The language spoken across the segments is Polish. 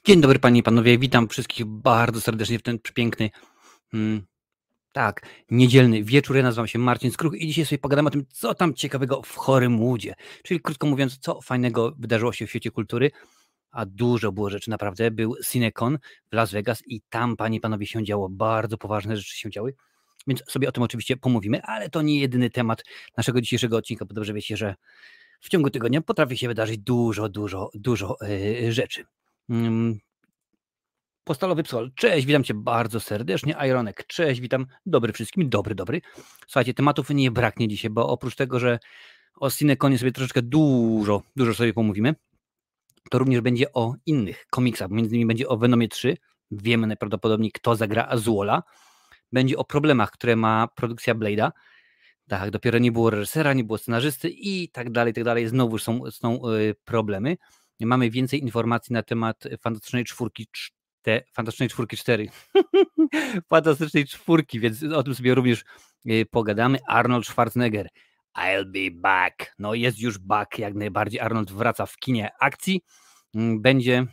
Dzień dobry panie i panowie, witam wszystkich bardzo serdecznie w ten przepiękny, mm, niedzielny wieczór. Ja nazywam się Marcin Skruch i dzisiaj sobie pogadamy o tym, co tam ciekawego w Hollywoodzie. Czyli krótko mówiąc, co fajnego wydarzyło się w świecie kultury, a dużo było rzeczy naprawdę. Był CineCon w Las Vegas i tam, panie i panowie, się działo, bardzo poważne rzeczy się działy, więc sobie o tym oczywiście pomówimy, ale to nie jedyny temat naszego dzisiejszego odcinka, bo dobrze wiecie, że w ciągu tygodnia potrafi się wydarzyć dużo rzeczy. Mm, Postalowy Psol, cześć, witam cię bardzo serdecznie. Ironek, cześć, witam. Dobry wszystkim, dobry. Słuchajcie, tematów nie braknie dzisiaj, bo oprócz tego, że o CineConie sobie troszeczkę dużo sobie pomówimy, to również będzie o innych komiksach, między innymi będzie o Venomie 3, wiemy najprawdopodobniej kto zagra Azuola, będzie o problemach, które ma produkcja Blade'a, tak, dopiero nie było reżysera, nie było scenarzysty i tak dalej, znowu są problemy. Mamy więcej informacji na temat Fantastycznej Czwórki, Fantastycznej Czwórki 4. Fantastycznej Czwórki, więc o tym sobie również pogadamy. Arnold Schwarzenegger, I'll be back. No jest już back, jak najbardziej. Arnold wraca w kinie akcji. Będzie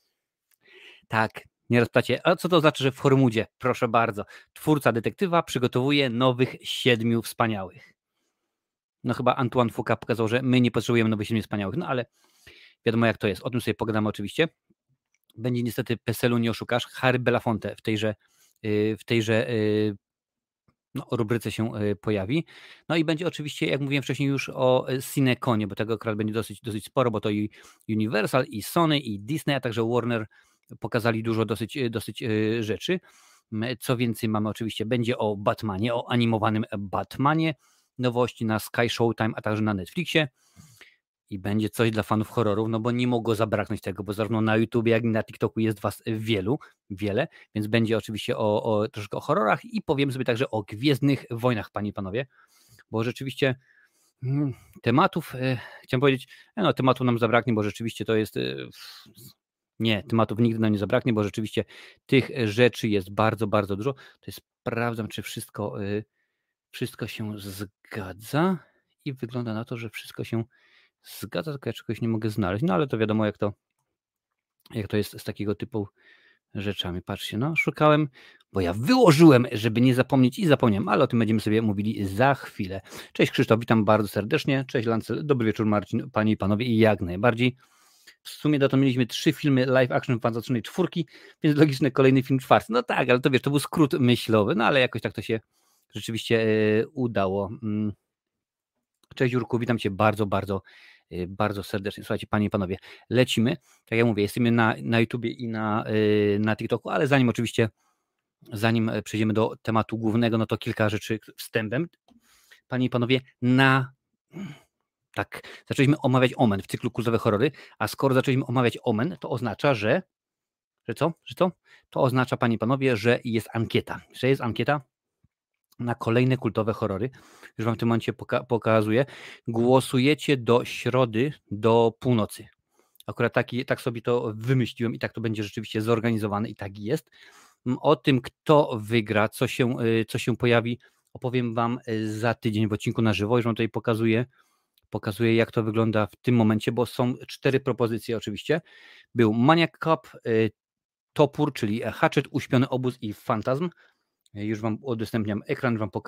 tak, nieraz pytacie, a co to znaczy, że w Hollywoodzie? Proszę bardzo, twórca detektywa przygotowuje nowych 7 wspaniałych. No chyba Antoine Fuqua pokazał, że my nie potrzebujemy nowych 7 wspaniałych, no ale wiadomo jak to jest. O tym sobie pogadamy oczywiście. Będzie niestety PESEL-u nie oszukasz, Harry Belafonte w tejże rubryce się pojawi. No i będzie oczywiście, jak mówiłem wcześniej już o CineConie, bo tego akurat będzie dosyć sporo, bo to i Universal, i Sony, i Disney, a także Warner pokazali dużo dosyć rzeczy. Co więcej mamy oczywiście, będzie o Batmanie, o animowanym Batmanie, nowości na Sky Showtime, a także na Netflixie. I będzie coś dla fanów horrorów, no bo nie mogło zabraknąć tego, bo zarówno na YouTubie, jak i na TikToku jest was wiele, więc będzie oczywiście troszkę o horrorach i powiem sobie także o Gwiezdnych Wojnach, panie i panowie, bo rzeczywiście tematów, chciałem powiedzieć, tematu nam zabraknie, bo rzeczywiście to jest, nie, tematów nigdy nam nie zabraknie, bo rzeczywiście tych rzeczy jest bardzo dużo. To jest, sprawdzam, czy wszystko się zgadza i wygląda na to, że wszystko się zgadza, tylko ja czegoś nie mogę znaleźć, no ale to wiadomo jak to jest z takiego typu rzeczami. Patrzcie, no szukałem, bo ja wyłożyłem, żeby nie zapomnieć i zapomniałem, ale o tym będziemy sobie mówili za chwilę. Cześć Krzysztof, witam bardzo serdecznie, cześć Lancel, dobry wieczór Marcin, panie i panowie i jak najbardziej. W sumie to mieliśmy 3 filmy live action Fantastycznej Czwórki, więc logiczny kolejny film 4. No tak, ale to wiesz, to był skrót myślowy, no ale jakoś tak to się rzeczywiście udało. Cześć Jurku, witam cię bardzo serdecznie. Słuchajcie, panie i panowie, lecimy. Tak jak mówię, jesteśmy na YouTubie i na TikToku, ale zanim przejdziemy do tematu głównego, no to kilka rzeczy wstępem. Panie i panowie, zaczęliśmy omawiać Omen w cyklu Kultowe Horrory, a skoro zaczęliśmy omawiać Omen, to oznacza, że co? To oznacza, panie i panowie, że jest ankieta na kolejne kultowe horrory. Już wam w tym momencie pokazuję. Głosujecie do środy, do północy. Akurat tak sobie to wymyśliłem i tak to będzie rzeczywiście zorganizowane i tak jest. O tym, kto wygra, co się pojawi, opowiem wam za tydzień w odcinku na żywo. Już wam tutaj pokazuję, jak to wygląda w tym momencie, bo są 4 propozycje oczywiście. Był Maniac Cop, Topór, czyli Hatchet, Uśpiony Obóz i Fantazm. Już wam udostępniam ekran, wam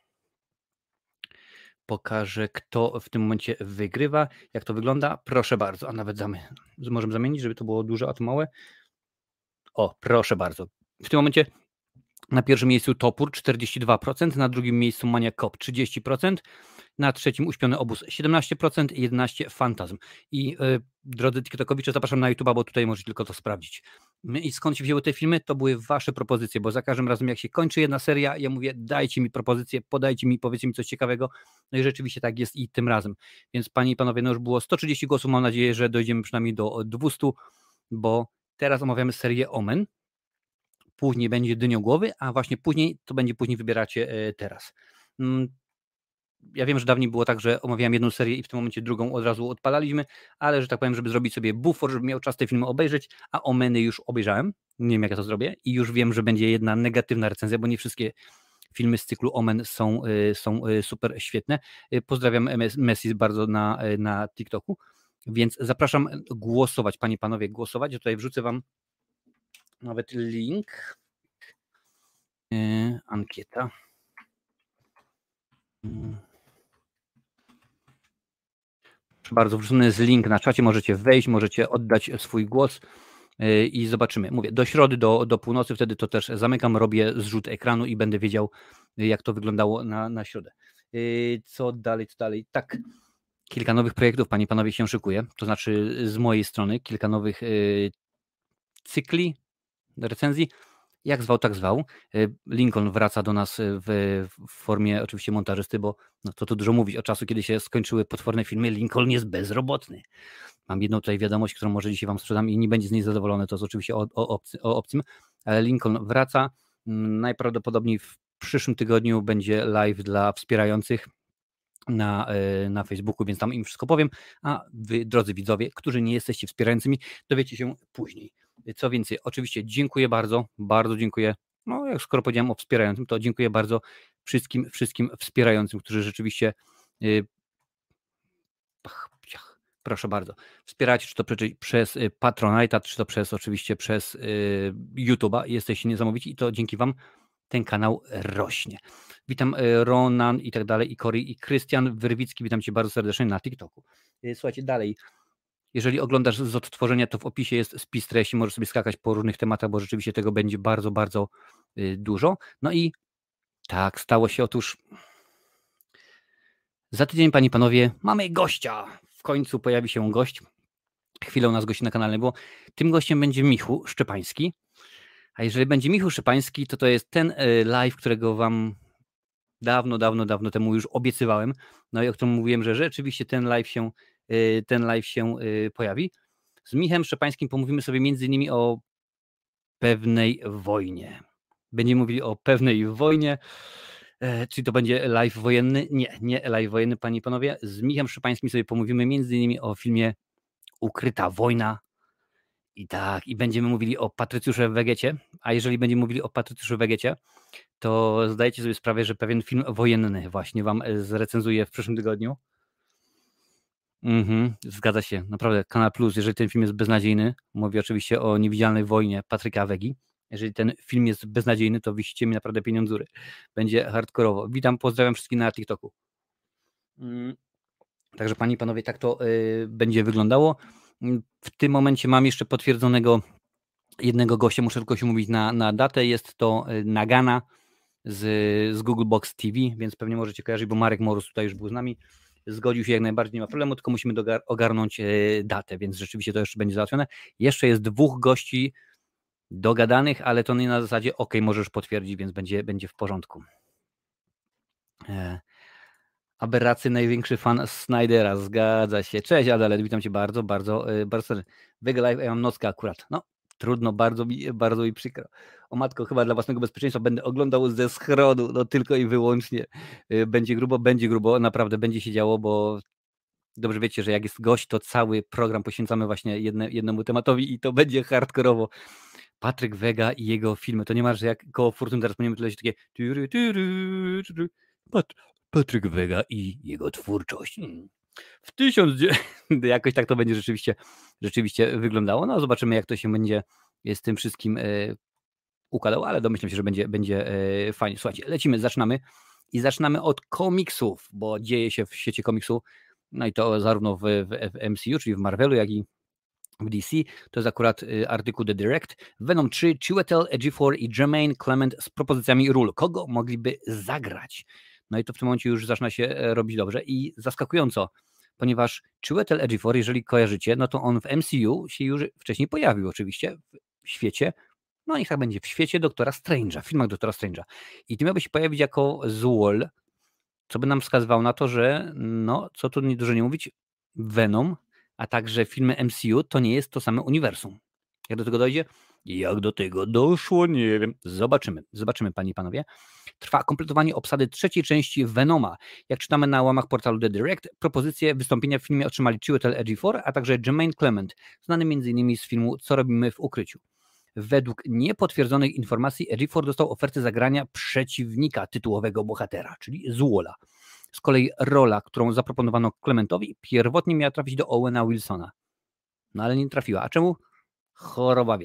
pokażę, kto w tym momencie wygrywa, jak to wygląda. Proszę bardzo, a nawet możemy zamienić, żeby to było duże, a to małe. O, proszę bardzo. W tym momencie na pierwszym miejscu Topór 42%, na drugim miejscu Maniac Cop 30%, na trzecim Uśpiony Obóz 17% i 11% Fantazm. I drodzy TikTokowicze, zapraszam na YouTube'a, bo tutaj możecie tylko to sprawdzić. I skąd się wzięły te filmy? To były wasze propozycje, bo za każdym razem jak się kończy jedna seria, ja mówię, dajcie mi propozycje, podajcie mi, powiedzcie mi coś ciekawego. No i rzeczywiście tak jest i tym razem. Więc panie i panowie, no już było 130 głosów, mam nadzieję, że dojdziemy przynajmniej do 200, bo teraz omawiamy serię Omen, później będzie Dyniogłowy, a właśnie później wybieracie teraz. Ja wiem, że dawniej było tak, że omawiałem jedną serię i w tym momencie drugą od razu odpalaliśmy, ale że tak powiem, żeby zrobić sobie bufor, żeby miał czas te filmy obejrzeć, a Omeny już obejrzałem, nie wiem jak ja to zrobię i już wiem, że będzie jedna negatywna recenzja, bo nie wszystkie filmy z cyklu Omen są super świetne. Pozdrawiam Messi bardzo na TikToku, więc zapraszam głosować, panie i panowie, głosować. Ja tutaj wrzucę wam nawet link. Ankieta. Proszę bardzo, wrzucony jest link na czacie, możecie wejść, możecie oddać swój głos i zobaczymy. Mówię, do środy, do północy, wtedy to też zamykam, robię zrzut ekranu i będę wiedział, jak to wyglądało na środę. Co dalej? Tak, kilka nowych projektów, panie i panowie, się szykuje, to znaczy z mojej strony kilka nowych cykli, recenzji. Jak zwał, tak zwał. Lincoln wraca do nas w formie oczywiście montażysty, bo no to tu dużo mówić. Od czasu, kiedy się skończyły potworne filmy, Lincoln jest bezrobotny. Mam jedną tutaj wiadomość, którą może dzisiaj wam sprzedam i nie będzie z niej zadowolony, to jest oczywiście o obcym, ale Lincoln wraca. Najprawdopodobniej w przyszłym tygodniu będzie live dla wspierających na Facebooku, więc tam im wszystko powiem, a wy, drodzy widzowie, którzy nie jesteście wspierającymi, dowiecie się później. Co więcej, oczywiście dziękuję bardzo, bardzo dziękuję. No, jak skoro powiedziałem o wspierającym, to dziękuję bardzo wszystkim wspierającym, którzy rzeczywiście proszę bardzo, wspieracie, czy to przez Patronite'a, czy to oczywiście przez YouTube'a. Jesteście niesamowici i to dzięki wam ten kanał rośnie. Witam Ronan i tak dalej, i Cory, i Krystian Wyrwicki, witam cię bardzo serdecznie na TikToku. Słuchajcie, dalej, jeżeli oglądasz z odtworzenia, to w opisie jest spis treści, możesz sobie skakać po różnych tematach, bo rzeczywiście tego będzie bardzo, bardzo dużo. No i tak, stało się, otóż za tydzień, panie i panowie, mamy gościa. W końcu pojawi się gość. Chwilę u nas gości na kanale nie było. Tym gościem będzie Michu Szczepański. A jeżeli będzie Michu Szczepański, to jest ten live, którego wam dawno temu już obiecywałem. No i o którym mówiłem, że rzeczywiście ten live się pojawi. Z Michem Szczepańskim pomówimy sobie między innymi o pewnej wojnie. Będziemy mówili o pewnej wojnie. Czyli to będzie live wojenny? Nie live wojenny, panie i panowie. Z Michem Szczepańskim sobie pomówimy między innymi o filmie Ukryta wojna. I tak, i będziemy mówili o Patrycjusze Wegecie, a jeżeli będziemy mówili o Patrycjuszu Wegecie, to zdajecie sobie sprawę, że pewien film wojenny właśnie wam zrecenzuję w przyszłym tygodniu. Zgadza się, naprawdę, Kanal Plus, jeżeli ten film jest beznadziejny, mówię oczywiście o Niewidzialnej wojnie Patryka Wegi, jeżeli ten film jest beznadziejny, to wisicie mi naprawdę pieniądzury. Będzie hardkorowo. Witam, pozdrawiam wszystkich na TikToku. Także panie i panowie, tak to będzie wyglądało. W tym momencie mam jeszcze potwierdzonego jednego gościa, muszę tylko się mówić na datę, jest to Nagana z Google Box TV, więc pewnie możecie kojarzyć, bo Marek Morus tutaj już był z nami, zgodził się jak najbardziej, nie ma problemu, tylko musimy ogarnąć datę, więc rzeczywiście to jeszcze będzie załatwione. Jeszcze jest 2 gości dogadanych, ale to nie na zasadzie ok, możesz potwierdzić, więc będzie w porządku. Aberracy, największy fan Snydera, zgadza się. Cześć Adalet, witam cię bardzo serdecznie. Wega Live, ja mam nockę akurat. No, trudno, bardzo mi przykro. O matko, chyba dla własnego bezpieczeństwa będę oglądał ze schronu, no tylko i wyłącznie. Będzie grubo, naprawdę będzie się działo, bo dobrze wiecie, że jak jest gość, to cały program poświęcamy właśnie jednemu tematowi i to będzie hardkorowo. Patryk Wega i jego filmy, to nie ma, że jak koło Fortuny teraz powinien tyle się takie Patryk Wega i jego twórczość. W 1000 jakoś tak to będzie rzeczywiście wyglądało. No zobaczymy, jak to się będzie z tym wszystkim układał, ale domyślam się, że będzie fajnie. Słuchajcie, lecimy, zaczynamy od komiksów, bo dzieje się w świecie komiksu, no i to zarówno w MCU, czyli w Marvelu, jak i w DC. To jest akurat artykuł The Direct. Venom 3, Chiwetel Ejiofor i Jermaine Clement z propozycjami ról. Kogo mogliby zagrać? No i to w tym momencie już zaczyna się robić dobrze i zaskakująco, ponieważ Chiwetel Ejiofor, jeżeli kojarzycie, no to on w MCU się już wcześniej pojawił oczywiście w świecie, no niech tak będzie, w świecie Doktora Strange'a, w filmach Doktora Strange'a. I ty miałby się pojawić jako Złol, co by nam wskazywało na to, że no, co tu dużo nie mówić, Venom, a także filmy MCU to nie jest to same uniwersum. Jak do tego dojdzie? Jak do tego doszło? Nie wiem. Zobaczymy, panie i panowie. Trwa kompletowanie obsady 3. części Venoma. Jak czytamy na łamach portalu The Direct, propozycję wystąpienia w filmie otrzymali Chiwetel Ejiofor, a także Jermaine Clement, znany m.in. z filmu Co robimy w ukryciu. Według niepotwierdzonych informacji Ejiofor dostał ofertę zagrania przeciwnika tytułowego bohatera, czyli Złola. Z kolei rola, którą zaproponowano Clementowi, pierwotnie miała trafić do Owena Wilsona. No ale nie trafiła. A czemu? Choroba wie.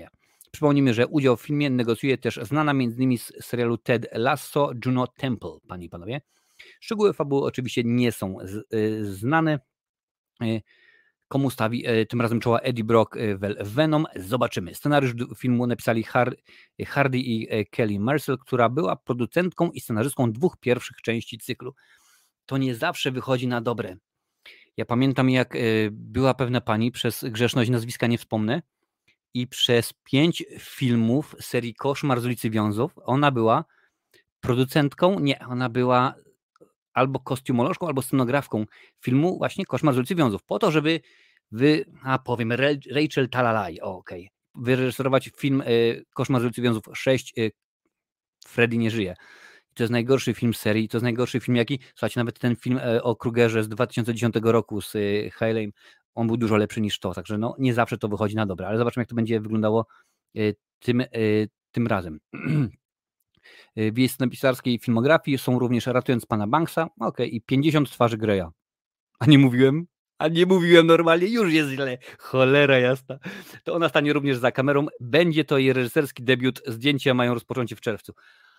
Przypomnijmy, że udział w filmie negocjuje też znana m.in. z serialu Ted Lasso Juno Temple, panie i panowie. Szczegóły fabuły oczywiście nie są znane. Komu stawi tym razem czoła Eddie Brock w Venom? Zobaczymy. Scenariusz filmu napisali Hardy i Kelly Marcel, która była producentką i scenarzystką 2 pierwszych części cyklu. To nie zawsze wychodzi na dobre. Ja pamiętam, jak była pewna pani, przez grzeszność nazwiska nie wspomnę, i przez 5 filmów serii Koszmar z ulicy Wiązów ona była producentką, nie, ona była albo kostiumolożką, albo scenografką filmu właśnie Koszmar z ulicy Wiązów, po to, żeby powiem, Rachel Talalay, okej, wyreżyserować film Koszmar z ulicy Wiązów 6, Freddy nie żyje. To jest najgorszy film serii, to jest najgorszy film jaki, słuchajcie, nawet ten film o Krugerze z 2010 roku z Haley'em, on był dużo lepszy niż to, także no nie zawsze to wychodzi na dobre, ale zobaczmy, jak to będzie wyglądało tym razem. W jej scenariuszarskiej filmografii są również Ratując Pana Banksa, i 50 twarzy Greya. A nie mówiłem normalnie, już jest źle, cholera jasna. To ona stanie również za kamerą, będzie to jej reżyserski debiut, zdjęcia mają rozpocząć się w czerwcu.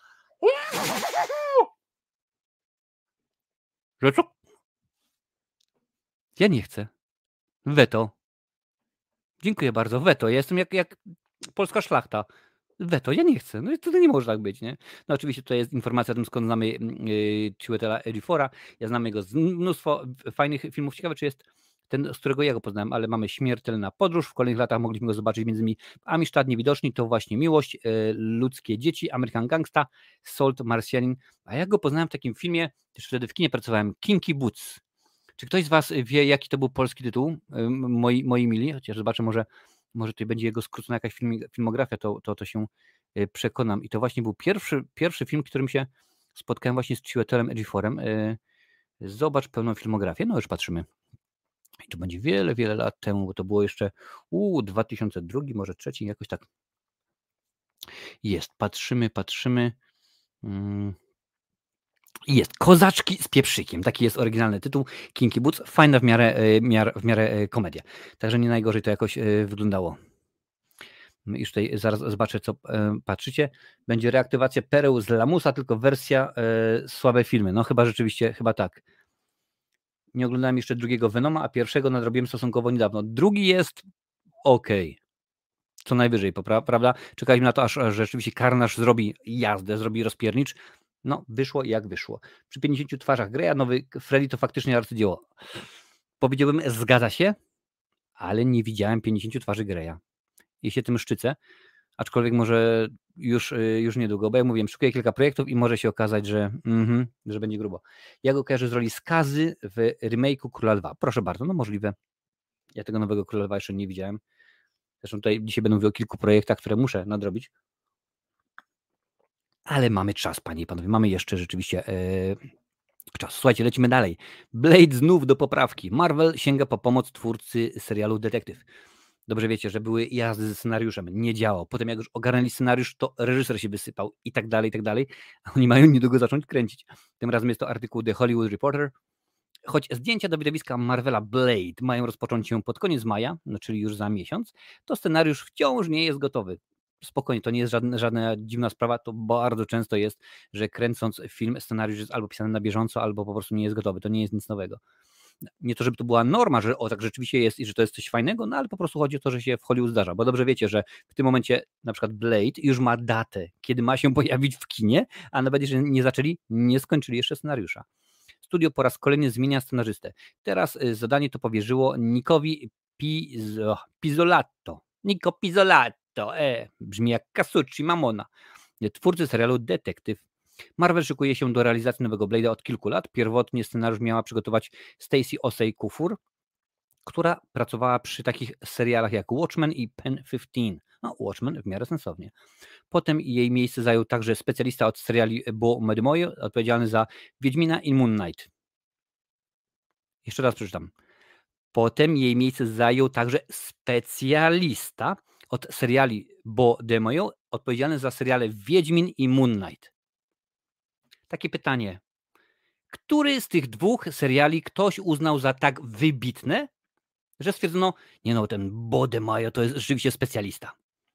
Że co? Ja nie chcę. Weto. Dziękuję bardzo, weto. Ja jestem jak polska szlachta. Weto, ja nie chcę. No to nie może tak być, nie? No oczywiście tutaj jest informacja o tym, skąd znamy Chiwetel'a Ejiophora. Ja znam jego mnóstwo fajnych filmów. Ciekawe, czy jest ten, z którego ja go poznałem, ale mamy Śmiertelna podróż. W kolejnych latach mogliśmy go zobaczyć między innymi w Amistad Niewidoczni, to właśnie Miłość, Ludzkie dzieci, American Gangsta, Salt, Marsjanin. A ja go poznałem w takim filmie, też wtedy w kinie pracowałem, Kinky Boots. Czy ktoś z was wie, jaki to był polski tytuł? Moi mili, chociaż zobaczę, może tutaj będzie jego skrócona jakaś filmografia, to się przekonam. I to właśnie był pierwszy film, w którym się spotkałem właśnie z Chiwetel'em Ejiophorem. Zobacz pełną filmografię. No już patrzymy. I to będzie wiele, wiele lat temu, bo to było jeszcze 2002, może 2003, jakoś tak. Jest, patrzymy. Jest Kozaczki z pieprzykiem. Taki jest oryginalny tytuł. Kinky Boots. Fajna w miarę komedia. Także nie najgorzej to jakoś wyglądało. Już tutaj zaraz zobaczę, co patrzycie. Będzie reaktywacja pereł z Lamusa, tylko wersja słabe filmy. No chyba rzeczywiście, chyba tak. Nie oglądałem jeszcze drugiego Venoma, a pierwszego nadrobiłem stosunkowo niedawno. Drugi jest okej. Co najwyżej, prawda? Czekaliśmy na to, aż rzeczywiście Karnasz zrobi jazdę, zrobi rozpiernicz. No, wyszło jak wyszło. Przy 50 twarzach Greya nowy Freddy to faktycznie arcydzieło. Powiedziałbym, zgadza się, ale nie widziałem 50 twarzy Greya. I się tym szczycę, aczkolwiek może już niedługo, bo jak mówiłem, szykuję kilka projektów i może się okazać, że będzie grubo. Ja go kojarzę z roli Skazy w remake'u Króla Lwa. Proszę bardzo, no możliwe. Ja tego nowego Króla Lwa jeszcze nie widziałem. Zresztą tutaj dzisiaj będę mówił o kilku projektach, które muszę nadrobić. Ale mamy czas, panie i panowie, mamy jeszcze rzeczywiście czas. Słuchajcie, lecimy dalej. Blade znów do poprawki. Marvel sięga po pomoc twórcy serialu Detektyw. Dobrze wiecie, że były jazdy ze scenariuszem, nie działał. Potem jak już ogarnęli scenariusz, to reżyser się wysypał i tak dalej, a oni mają niedługo zacząć kręcić. Tym razem jest to artykuł The Hollywood Reporter. Choć zdjęcia do widowiska Marvela Blade mają rozpocząć się pod koniec maja, no czyli już za miesiąc, to scenariusz wciąż nie jest gotowy. Spokojnie, to nie jest żadna dziwna sprawa, to bardzo często jest, że kręcąc film scenariusz jest albo pisany na bieżąco, albo po prostu nie jest gotowy. To nie jest nic nowego. Nie to, żeby to była norma, że tak rzeczywiście jest i że to jest coś fajnego, no ale po prostu chodzi o to, że się w Hollywood zdarza, bo dobrze wiecie, że w tym momencie na przykład Blade już ma datę, kiedy ma się pojawić w kinie, a nawet jeżeli nie skończyli jeszcze scenariusza. Studio po raz kolejny zmienia scenarzystę. Teraz zadanie to powierzyło Nicowi Pizzolatto. Nico Pizzolatto, brzmi jak Casucci Mamona, twórcy serialu Detektyw. Marvel szykuje się do realizacji nowego Blade'a od kilku lat. Pierwotnie scenariusz miała przygotować Stacey Osei Kufur, która pracowała przy takich serialach jak Watchmen i Pen 15. No, Watchmen w miarę sensownie. Potem jej miejsce zajął także specjalista od seriali Bo Medemoy, odpowiedzialny za Wiedźmina i Moon Knight. Jeszcze raz przeczytam. Potem jej miejsce zajął także specjalista od seriali Bo Demoyo, odpowiedzialny za seriale Wiedźmin i Moon Knight. Takie pytanie. Który z tych dwóch seriali ktoś uznał za tak wybitne, że stwierdzono, nie no, ten Bo Demoyo to jest rzeczywiście specjalista.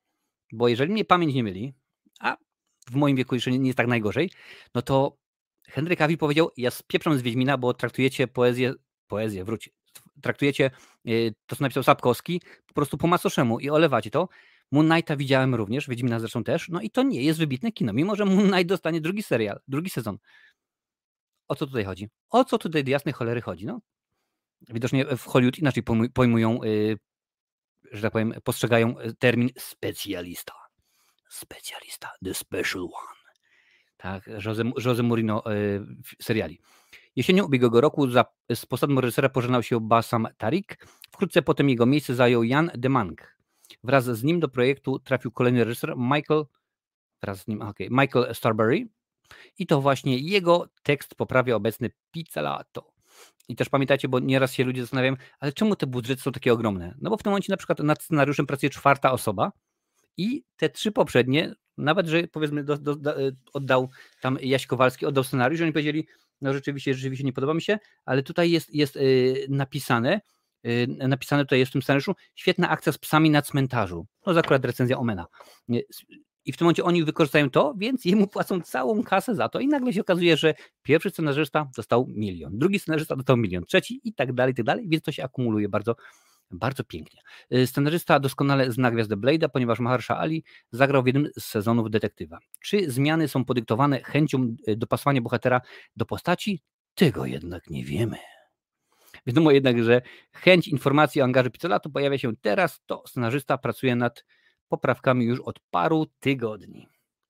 Bo jeżeli mnie pamięć nie myli, a w moim wieku jeszcze nie jest tak najgorzej, no to Henry Cavill powiedział: ja spieprzam z Wiedźmina, bo traktujecie wróć, traktujecie to, co napisał Sapkowski, po prostu po macoszemu i olewacie to. Moon Knighta widziałem również, Wiedźmina zresztą też, no i to nie jest wybitne kino, mimo że Moon Knight dostanie drugi sezon. O co tutaj chodzi? O co tutaj do jasnej cholery chodzi? No, widocznie w Hollywood inaczej pojmują, że tak powiem, postrzegają termin specjalista. Specjalista, the special one. Tak, Jose Mourinho seriali. Jesienią ubiegłego roku z posadą reżysera pożegnał się Bassam Tariq. Wkrótce potem jego miejsce zajął Jan de Mank. Wraz z nim do projektu trafił kolejny reżyser Michael Starbury. I to właśnie jego tekst poprawia obecny Pizzolatto. I też pamiętajcie, bo nieraz się ludzie zastanawiają, ale czemu te budżety są takie ogromne? No bo w tym momencie na przykład nad scenariuszem pracuje 4. osoba i te 3 poprzednie, nawet że powiedzmy oddał tam Jaś Kowalski, oddał scenariusz, oni powiedzieli, no rzeczywiście nie podoba mi się, ale tutaj jest napisane tutaj jest w tym scenariuszu, świetna akcja z psami na cmentarzu. To jest akurat recenzja Omena. I w tym momencie oni wykorzystają to, więc jemu płacą całą kasę za to i nagle się okazuje, że pierwszy scenarzysta dostał 1 000 000, drugi scenarzysta dostał 1 000 000, trzeci i tak dalej, więc to się akumuluje bardzo, bardzo pięknie. Scenarzysta doskonale zna gwiazdę Blade'a, ponieważ Mahershala Ali zagrał w jednym z sezonów Detektywa. Czy zmiany są podyktowane chęcią dopasowania bohatera do postaci? Tego jednak nie wiemy. Wiadomo jednak, że chęć informacji o angażu Pizzolatto pojawia się teraz, to scenarzysta pracuje nad poprawkami już od paru tygodni.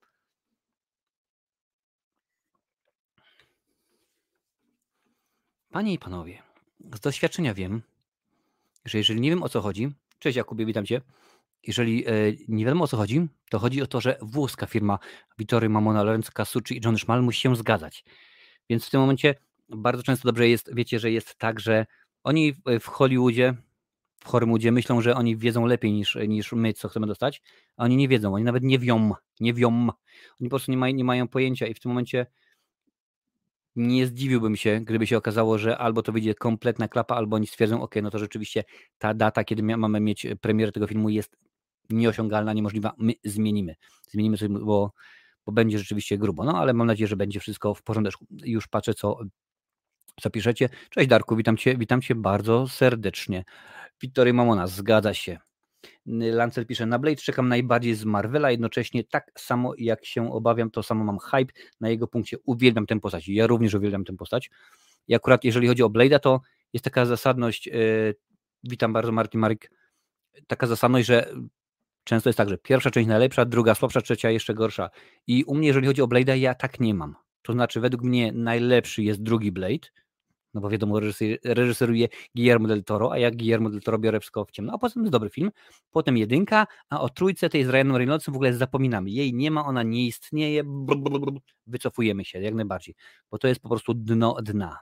Panie i panowie, z doświadczenia wiem, że jeżeli nie wiem o co chodzi, cześć Jakubie, witam cię, jeżeli nie wiadomo o co chodzi, to chodzi o to, że włoska firma Vittorio Mamona, Lorenzo Casucci i Johnny Szmal musi się zgadzać. Więc w tym momencie bardzo często dobrze jest, wiecie, że jest tak, że oni w Hollywoodzie myślą, że oni wiedzą lepiej niż my, co chcemy dostać, a oni nie wiedzą, oni nawet nie wią. Oni po prostu nie mają pojęcia i w tym momencie nie zdziwiłbym się, gdyby się okazało, że albo to wyjdzie kompletna klapa, albo oni stwierdzą, ok, no to rzeczywiście ta data, kiedy mamy mieć premierę tego filmu jest nieosiągalna, niemożliwa, my zmienimy sobie, bo będzie rzeczywiście grubo, no ale mam nadzieję, że będzie wszystko w porządku. Już patrzę, co piszecie. Cześć Darku, witam cię bardzo serdecznie. Vittorio Mamona, zgadza się. Lancel pisze, na Blade czekam najbardziej z Marvela, jednocześnie tak samo jak się obawiam, to samo mam hype na jego punkcie, uwielbiam tę postać, ja również uwielbiam tę postać i akurat jeżeli chodzi o Blade'a, to jest taka zasadność, witam bardzo Martin Marek, taka zasadność, że często jest tak, że pierwsza część najlepsza, druga słabsza, trzecia jeszcze gorsza i u mnie jeżeli chodzi o Blade'a, ja tak nie mam, to znaczy według mnie najlepszy jest drugi Blade, no bo wiadomo, reżyseruje Guillermo del Toro, a jak Guillermo del Toro biorę wszystko w ciemno, a potem jest dobry film, potem 1, a o trójce tej z Ryanem Reynoldsem w ogóle zapominamy, jej nie ma, ona nie istnieje, wycofujemy się jak najbardziej, bo to jest po prostu dno dna.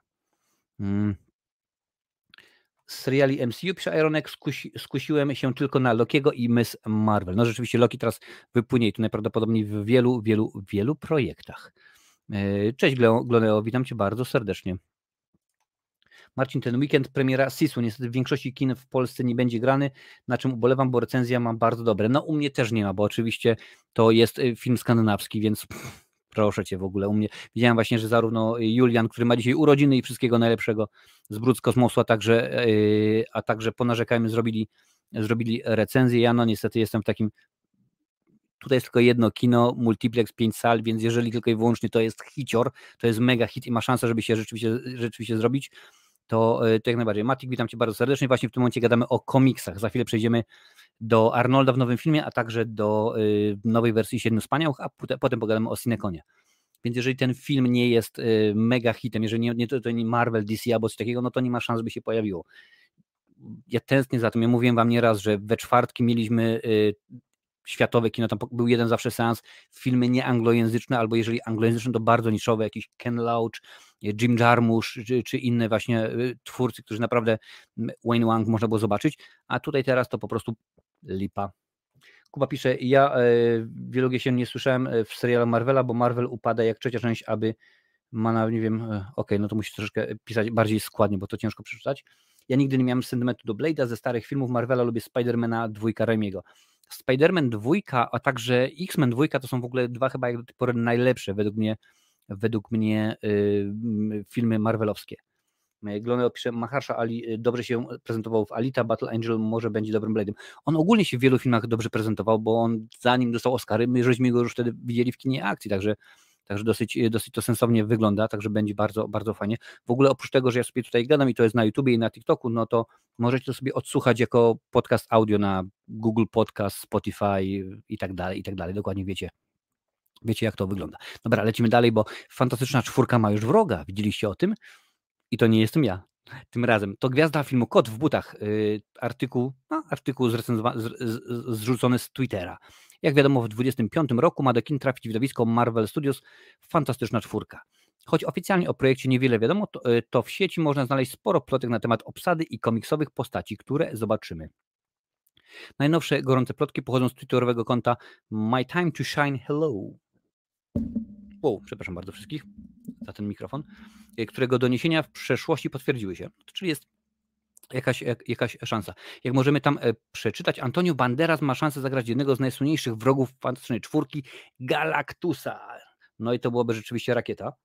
Z seriali MCU pisze Ironek, skusiłem się tylko na Lokiego i Miss Marvel. No rzeczywiście Loki teraz wypłynie i tu najprawdopodobniej w wielu projektach. Cześć Gloneo, witam cię bardzo serdecznie. Marcin, ten weekend premiera Sisu, niestety w większości kin w Polsce nie będzie grany, na czym ubolewam, bo recenzja ma bardzo dobre. No u mnie też nie ma, bo oczywiście to jest film skandynawski, więc proszę cię w ogóle, u mnie widziałem właśnie, że zarówno Julian, który ma dzisiaj urodziny i wszystkiego najlepszego z Brud z kosmosu, a także ponarzekajmy, zrobili recenzję. Ja no niestety jestem w takim, tutaj jest tylko jedno kino, multiplex, 5 sal, więc jeżeli tylko i wyłącznie to jest hicior, to jest mega hit i ma szansę, żeby się rzeczywiście zrobić, to jak najbardziej. Matik, witam cię bardzo serdecznie. Właśnie w tym momencie gadamy o komiksach. Za chwilę przejdziemy do Arnolda w nowym filmie, a także do nowej wersji Siedmiu Wspaniałych, a potem pogadamy o Cineconie. Więc jeżeli ten film nie jest mega hitem, jeżeli to nie Marvel, DC albo coś takiego, no to nie ma szans, by się pojawiło. Ja tęsknię za tym. Ja mówiłem wam nieraz, że we czwartki mieliśmy światowe kino, tam był jeden zawsze seans, filmy nieanglojęzyczne, albo jeżeli anglojęzyczne, to bardzo niszowe, jakiś Ken Loach, Jim Jarmusch, czy inne właśnie twórcy, którzy naprawdę, Wayne Wang można było zobaczyć, a tutaj teraz to po prostu lipa. Kuba pisze, ja wielu się nie słyszałem w serialu Marvela, bo Marvel upada jak trzecia część, aby ma, nie wiem, okej, no to musi troszeczkę pisać bardziej składnie, bo to ciężko przeczytać. Ja nigdy nie miałem sentymentu do Blade'a, ze starych filmów Marvela lubię Spidermana 2 Raimiego. Spider-Man 2, a także X-Men 2 to są w ogóle dwa chyba jak do tej pory najlepsze według mnie filmy marvelowskie. Glony opisze, Mahershala Ali dobrze się prezentował w Alita, Battle Angel może będzie dobrym Blade'em. On ogólnie się w wielu filmach dobrze prezentował, bo on zanim dostał Oscary, my żeśmy go już wtedy widzieli w kinie akcji, także dosyć to sensownie wygląda, także będzie bardzo, bardzo fajnie. W ogóle oprócz tego, że ja sobie tutaj gadam i to jest na YouTubie i na TikToku, no to możecie to sobie odsłuchać jako podcast audio na Google Podcast, Spotify i tak dalej. Dokładnie wiecie, jak to wygląda. Dobra, lecimy dalej, bo Fantastyczna Czwórka ma już wroga. Widzieliście o tym? I to nie jestem ja. Tym razem to gwiazda filmu Kot w butach. Artykuł zrzucony z Twittera. Jak wiadomo, w 2025 roku ma do kin trafić widowisko Marvel Studios Fantastyczna Czwórka. Choć oficjalnie o projekcie niewiele wiadomo, to w sieci można znaleźć sporo plotek na temat obsady i komiksowych postaci, które zobaczymy. Najnowsze gorące plotki pochodzą z twitterowego konta My Time to Shine Hello. Przepraszam bardzo wszystkich za ten mikrofon, którego doniesienia w przeszłości potwierdziły się. Czyli jest jakaś szansa. Jak możemy tam przeczytać, Antonio Banderas ma szansę zagrać jednego z najsłynniejszych wrogów Fantastycznej Czwórki, Galactusa. No i to byłoby rzeczywiście rakieta.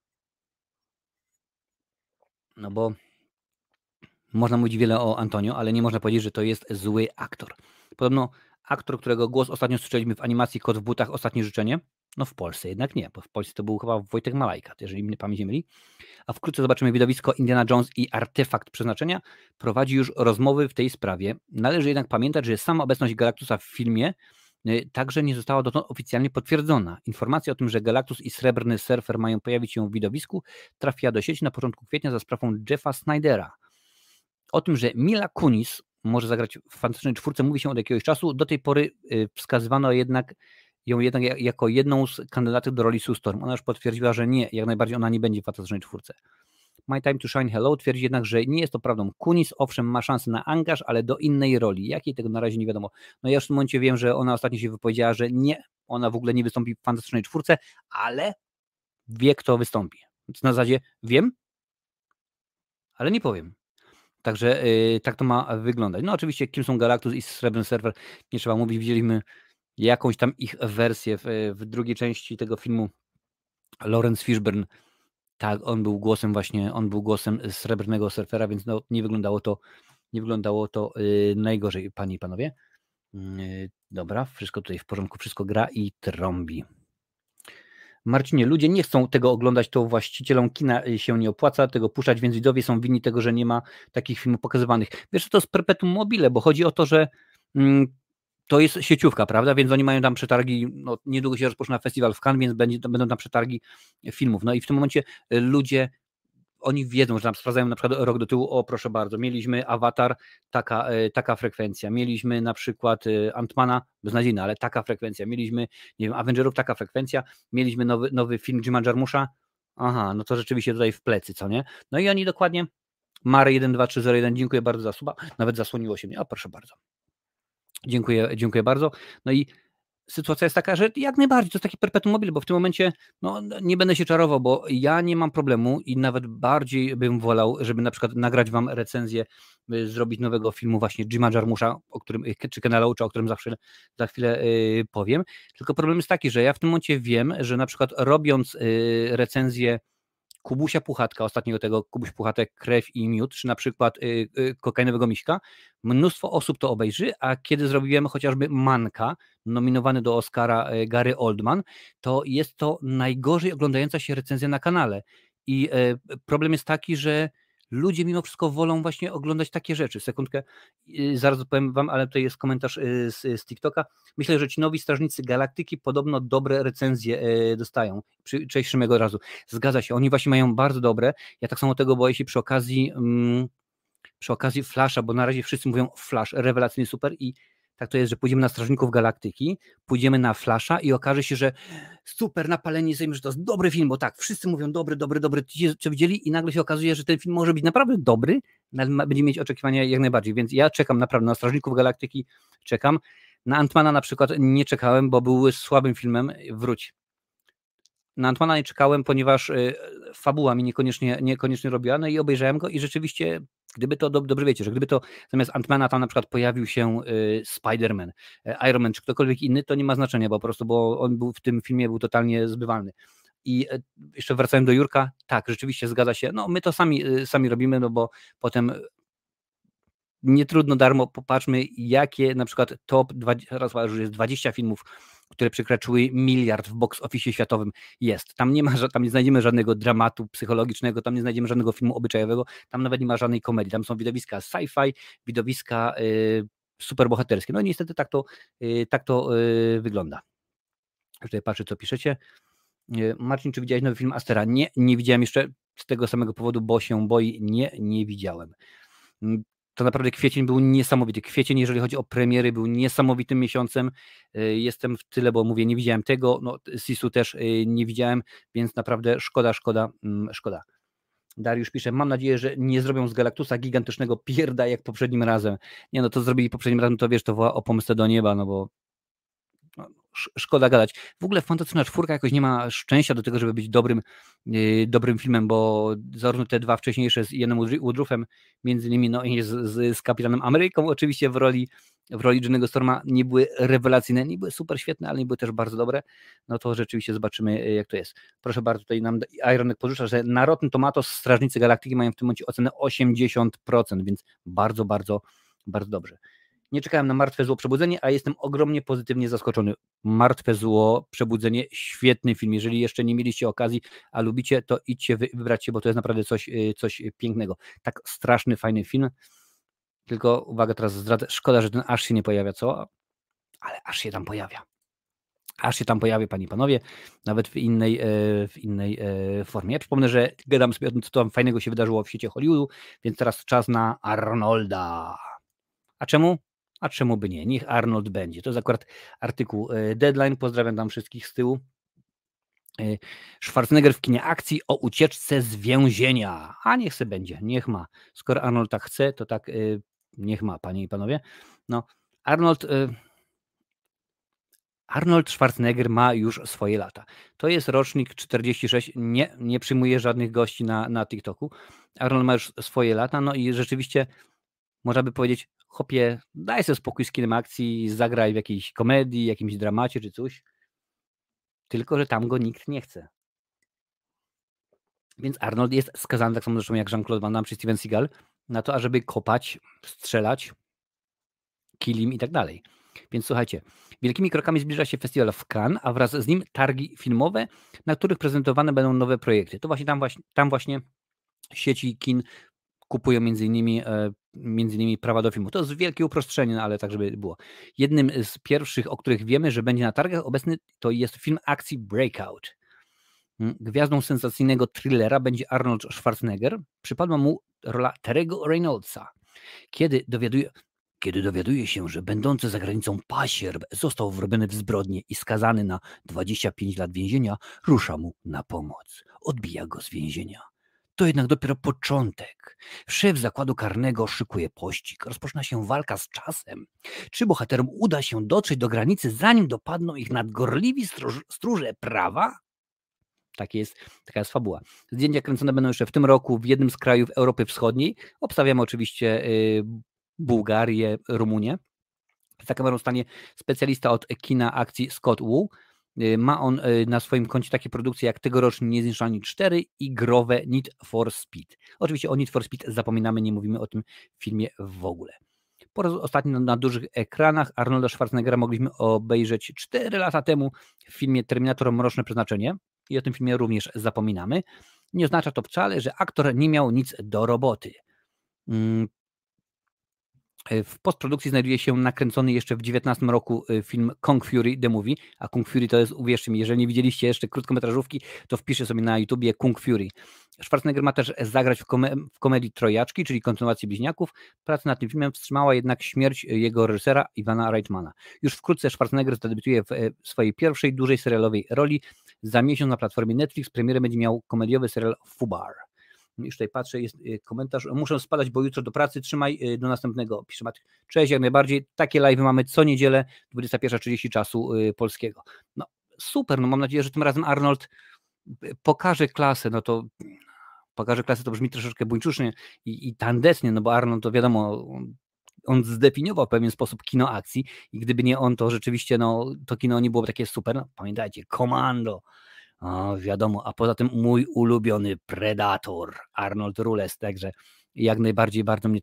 No bo można mówić wiele o Antonio, ale nie można powiedzieć, że to jest zły aktor. Podobno aktor, którego głos ostatnio słyszeliśmy w animacji Kot w butach, Ostatnie życzenie, no w Polsce jednak nie, bo w Polsce to był chyba Wojtek Malajka, jeżeli mnie pamięć nie myli. A wkrótce zobaczymy widowisko Indiana Jones i Artefakt Przeznaczenia. Prowadzi już rozmowy w tej sprawie. Należy jednak pamiętać, że sama obecność Galactusa w filmie także nie została dotąd oficjalnie potwierdzona. Informacja o tym, że Galactus i Srebrny Surfer mają pojawić się w widowisku, trafiła do sieci na początku kwietnia za sprawą Jeffa Snydera. O tym, że Mila Kunis może zagrać w Fantastycznej Czwórce, mówi się od jakiegoś czasu. Do tej pory wskazywano ją jednak jako jedną z kandydatek do roli Sue Storm. Ona już potwierdziła, że nie, jak najbardziej ona nie będzie w Fantastycznej Czwórce. My Time to Shine Hello twierdzi jednak, że nie jest to prawdą. Kunis owszem ma szansę na angaż, ale do innej roli. Jakiej tego na razie nie wiadomo. No ja już w tym momencie wiem, że ona ostatnio się wypowiedziała, że nie, ona w ogóle nie wystąpi w Fantastycznej Czwórce, ale wie, kto wystąpi. Więc na zasadzie wiem, ale nie powiem. Także tak to ma wyglądać. No oczywiście kim są Galactus i Srebrny Surfer, nie trzeba mówić, widzieliśmy jakąś tam ich wersję w drugiej części tego filmu. Lawrence Fishburne, tak, on był głosem Srebrnego Surfera, więc no, nie wyglądało to najgorzej, panie i panowie. Dobra, wszystko tutaj w porządku, wszystko gra i trąbi. Marcinie, ludzie nie chcą tego oglądać, to właścicielom kina się nie opłaca tego puszczać, więc widzowie są winni tego, że nie ma takich filmów pokazywanych. Wiesz, to jest perpetuum mobile, bo chodzi o to, że to jest sieciówka, prawda, więc oni mają tam przetargi, no niedługo się rozpoczyna festiwal w Cannes, więc będą tam przetargi filmów, no i w tym momencie ludzie, oni wiedzą, że tam sprawdzają na przykład rok do tyłu, o proszę bardzo, mieliśmy Avatar, taka frekwencja, mieliśmy na przykład Ant-Mana, beznadziejna, ale taka frekwencja, mieliśmy, nie wiem, Avengerów, taka frekwencja, mieliśmy nowy film Jima Jarmusza, aha, no to rzeczywiście tutaj w plecy, co nie? No i oni dokładnie, Mary 12301, dziękuję bardzo za suba, nawet zasłoniło się mnie, o proszę bardzo. Dziękuję bardzo. No i sytuacja jest taka, że jak najbardziej to jest taki perpetuum mobile, bo w tym momencie no, nie będę się czarował, bo ja nie mam problemu i nawet bardziej bym wolał, żeby na przykład nagrać wam recenzję, zrobić nowego filmu właśnie Jima Jarmusza, czy Kena Loacha, o którym za chwilę powiem. Tylko problem jest taki, że ja w tym momencie wiem, że na przykład robiąc recenzję Kubusia Puchatka, ostatniego tego Kubuś Puchatek, Krew i Miód, czy na przykład Kokainowego Miśka, mnóstwo osób to obejrzy, a kiedy zrobiłem chociażby Manka, nominowany do Oscara Gary Oldman, to jest to najgorzej oglądająca się recenzja na kanale. I problem jest taki, że ludzie mimo wszystko wolą właśnie oglądać takie rzeczy. Sekundkę, zaraz powiem wam, ale tutaj jest komentarz z TikToka. Myślę, że ci nowi Strażnicy Galaktyki podobno dobre recenzje dostają. Cześć Szymego razu. Zgadza się, oni właśnie mają bardzo dobre. Ja tak samo tego boję się przy okazji Flasha, bo na razie wszyscy mówią Flash, rewelacyjny, super i tak to jest, że pójdziemy na Strażników Galaktyki, pójdziemy na Flasha i okaże się, że super napaleni jesteśmy, że to jest dobry film, bo tak, wszyscy mówią dobry, ci co widzieli i nagle się okazuje, że ten film może być naprawdę dobry, będzie mieć oczekiwania jak najbardziej, więc ja czekam naprawdę na Strażników Galaktyki, czekam. Na Ant-Mana na przykład nie czekałem, bo był słabym filmem, wróć. Na Ant-Mana nie czekałem, ponieważ fabuła mi niekoniecznie robiła, no i obejrzałem go i rzeczywiście, gdyby to, dobrze wiecie, że gdyby to zamiast Ant-Mana tam na przykład pojawił się Spider-Man, Iron Man czy ktokolwiek inny, to nie ma znaczenia po prostu, bo on był w tym filmie był totalnie zbywalny. I jeszcze wracając do Jurka, tak, rzeczywiście zgadza się, no my to sami robimy, no bo potem nie trudno darmo, popatrzmy jakie na przykład top 20, teraz już jest 20 filmów, które przekroczyły 1 miliard w box office światowym jest. Tam nie znajdziemy żadnego dramatu psychologicznego, tam nie znajdziemy żadnego filmu obyczajowego, tam nawet nie ma żadnej komedii, tam są widowiska sci-fi, widowiska superbohaterskie. No i niestety tak to wygląda. Tutaj patrzę, co piszecie. Marcin, czy widziałeś nowy film Astera? Nie widziałem jeszcze z tego samego powodu, bo się boi. Nie widziałem. To naprawdę kwiecień był niesamowity. Kwiecień, jeżeli chodzi o premiery, był niesamowitym miesiącem. Jestem w tyle, bo mówię, nie widziałem tego. No, Sisu też nie widziałem, więc naprawdę szkoda. Dariusz pisze, mam nadzieję, że nie zrobią z Galactusa gigantycznego pierda jak poprzednim razem. Nie no, to zrobili poprzednim razem, to wiesz, to woła o pomstę do nieba, no bo szkoda gadać. W ogóle Fantastyczna Czwórka jakoś nie ma szczęścia do tego, żeby być dobrym filmem, bo zarówno te dwa wcześniejsze z Ianem Woodruffem, między innymi no, i z Kapitanem Ameryką oczywiście w roli Johnny'ego Storma nie były rewelacyjne, nie były super świetne, ale nie były też bardzo dobre, no to rzeczywiście zobaczymy jak to jest. Proszę bardzo, tutaj nam Ironek porzuca, że na Rotten Tomatoes Strażnicy Galaktyki mają w tym momencie ocenę 80%, więc bardzo dobrze. Nie czekałem na Martwe Zło Przebudzenie, a jestem ogromnie pozytywnie zaskoczony. Martwe Zło Przebudzenie, świetny film. Jeżeli jeszcze nie mieliście okazji, a lubicie, to idźcie, wybrać się, bo to jest naprawdę coś pięknego. Tak straszny, fajny film. Tylko uwaga, teraz zdradzę. Szkoda, że ten aż się nie pojawia, co? Ale aż się tam pojawia. Aż się tam pojawia, panie i panowie, nawet w innej formie. Ja przypomnę, że gadam sobie o tym, co tam fajnego się wydarzyło w świecie Hollywoodu, więc teraz czas na Arnolda. A czemu? A czemu by nie? Niech Arnold będzie. To jest akurat artykuł Deadline. Pozdrawiam tam wszystkich z tyłu. Schwarzenegger w kinie akcji o ucieczce z więzienia. A niech se będzie, niech ma. Skoro Arnold tak chce, to tak niech ma, panie i panowie. No, Arnold Schwarzenegger ma już swoje lata. To jest rocznik 46, nie przyjmuje żadnych gości na TikToku. Arnold ma już swoje lata, no i rzeczywiście można by powiedzieć, chłopie, daj sobie spokój z kinem akcji, zagraj w jakiejś komedii, jakimś dramacie czy coś. Tylko że tam go nikt nie chce. Więc Arnold jest skazany, tak samo zresztą jak Jean-Claude Van Damme czy Steven Seagal, na to, ażeby kopać, strzelać, kilim i tak dalej. Więc słuchajcie, wielkimi krokami zbliża się festiwal w Cannes, a wraz z nim targi filmowe, na których prezentowane będą nowe projekty. To tam właśnie sieci kin kupują między innymi prawa do filmu. To jest wielkie uproszczenie, no ale tak, żeby było. Jednym z pierwszych, o których wiemy, że będzie na targach obecny, to jest film akcji Breakout. Gwiazdą sensacyjnego thrillera będzie Arnold Schwarzenegger. Przypadła mu rola Terry'ego Reynoldsa. Kiedy dowiaduje się, że będący za granicą pasierb został wrobiony w zbrodnię i skazany na 25 lat więzienia, rusza mu na pomoc. Odbija go z więzienia. To jednak dopiero początek. Szef zakładu karnego szykuje pościg. Rozpoczyna się walka z czasem. Czy bohaterom uda się dotrzeć do granicy, zanim dopadną ich nadgorliwi stróże prawa? Taka jest fabuła. Zdjęcia kręcone będą jeszcze w tym roku w jednym z krajów Europy Wschodniej. Obstawiamy oczywiście Bułgarię, Rumunię. Za kamerą stanie specjalista od kina akcji Scott Wu. Ma on na swoim koncie takie produkcje jak tegoroczny Niezniszczalni 4 i growe Need for Speed. Oczywiście o Need for Speed zapominamy, nie mówimy o tym filmie w ogóle. Po raz ostatni na dużych ekranach Arnolda Schwarzeneggera mogliśmy obejrzeć 4 lata temu w filmie Terminator Mroczne Przeznaczenie i o tym filmie również zapominamy. Nie oznacza to wcale, że aktor nie miał nic do roboty. W postprodukcji znajduje się nakręcony jeszcze w 2019 roku film Kung Fury The Movie, a Kung Fury to jest, uwierzcie mi, jeżeli nie widzieliście jeszcze krótkometrażówki, to wpiszcie sobie na YouTubie Kung Fury. Schwarzenegger ma też zagrać w komedii Trojaczki, czyli kontynuacji Bliźniaków. Praca nad tym filmem wstrzymała jednak śmierć jego reżysera Ivana Reitmana. Już wkrótce Schwarzenegger zadebiutuje w swojej pierwszej dużej serialowej roli. Za miesiąc na platformie Netflix premierę będzie miał komediowy serial Fubar. Już tutaj patrzę, jest komentarz. Muszę spadać, bo jutro do pracy. Trzymaj, do następnego. Pisze Maciek. Cześć, jak najbardziej. Takie live mamy co niedzielę, 21:30 czasu polskiego. No super, no mam nadzieję, że tym razem Arnold pokaże klasę, no to pokaże klasę, to brzmi troszeczkę buńczucznie i tandetnie, no bo Arnold to wiadomo, on zdefiniował w pewien sposób kino akcji i gdyby nie on, to rzeczywiście no, to kino nie byłoby takie super. No, pamiętajcie, Commando, o, wiadomo, a poza tym mój ulubiony Predator, Arnold Rules, także jak najbardziej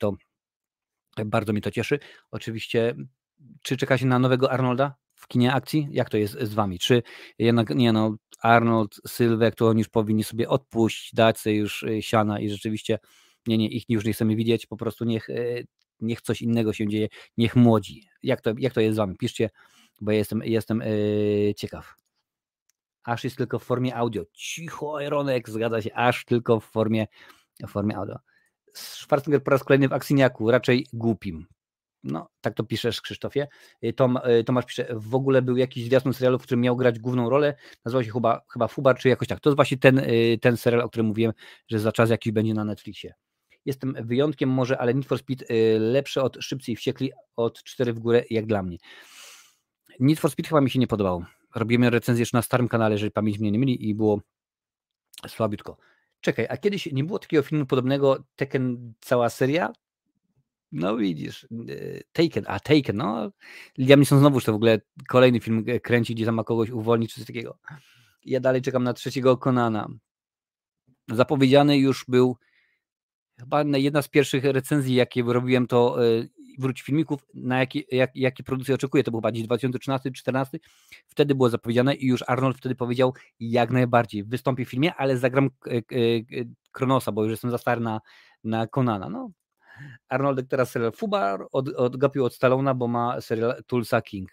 bardzo mnie to cieszy. Oczywiście, czy czekacie na nowego Arnolda w kinie akcji? Jak to jest z wami? Czy jednak, nie no, Arnold, Sylwek, to oni już powinni sobie odpuścić, dać sobie już siana i rzeczywiście, nie, ich już nie chcemy widzieć, po prostu niech coś innego się dzieje, niech młodzi. Jak to jest z wami? Piszcie, bo ja jestem ciekaw. Aż jest tylko w formie audio. Cicho, Ronek, zgadza się, aż tylko w formie audio. Schwarzenegger po raz kolejny w akcyjniaku, raczej głupim. No, tak to piszesz, Krzysztofie. Tomasz pisze, w ogóle był jakiś zwiastun serialu, w którym miał grać główną rolę, nazywał się chyba Fubar, czy jakoś tak. To jest właśnie ten serial, o którym mówiłem, że za czas jakiś będzie na Netflixie. Jestem wyjątkiem może, ale Need for Speed lepsze od Szybcy i Wściekli, od 4 w górę, jak dla mnie. Need for Speed chyba mi się nie podobał. Robimy recenzję jeszcze na starym kanale, jeżeli pamięć mnie nie myli i było słabiutko. Czekaj, a kiedyś nie było takiego filmu podobnego, Tekken, cała seria? No widzisz, Taken, no. Liam Neeson znowuż to w ogóle kolejny film kręci, gdzie tam ma kogoś uwolnić, czy coś takiego. Ja dalej czekam na 3. Conana. Zapowiedziany już był chyba jedna z pierwszych recenzji, jakie robiłem, to wróć filmików, na jakie produkcje oczekuję. To był chyba gdzieś 2013-2014. Wtedy było zapowiedziane i już Arnold wtedy powiedział, jak najbardziej wystąpi w filmie, ale zagram Kronosa, bo już jestem za stary na Conana. No. Arnoldek teraz serial Fubar odgapił od Stallona, bo ma serial Tulsa King.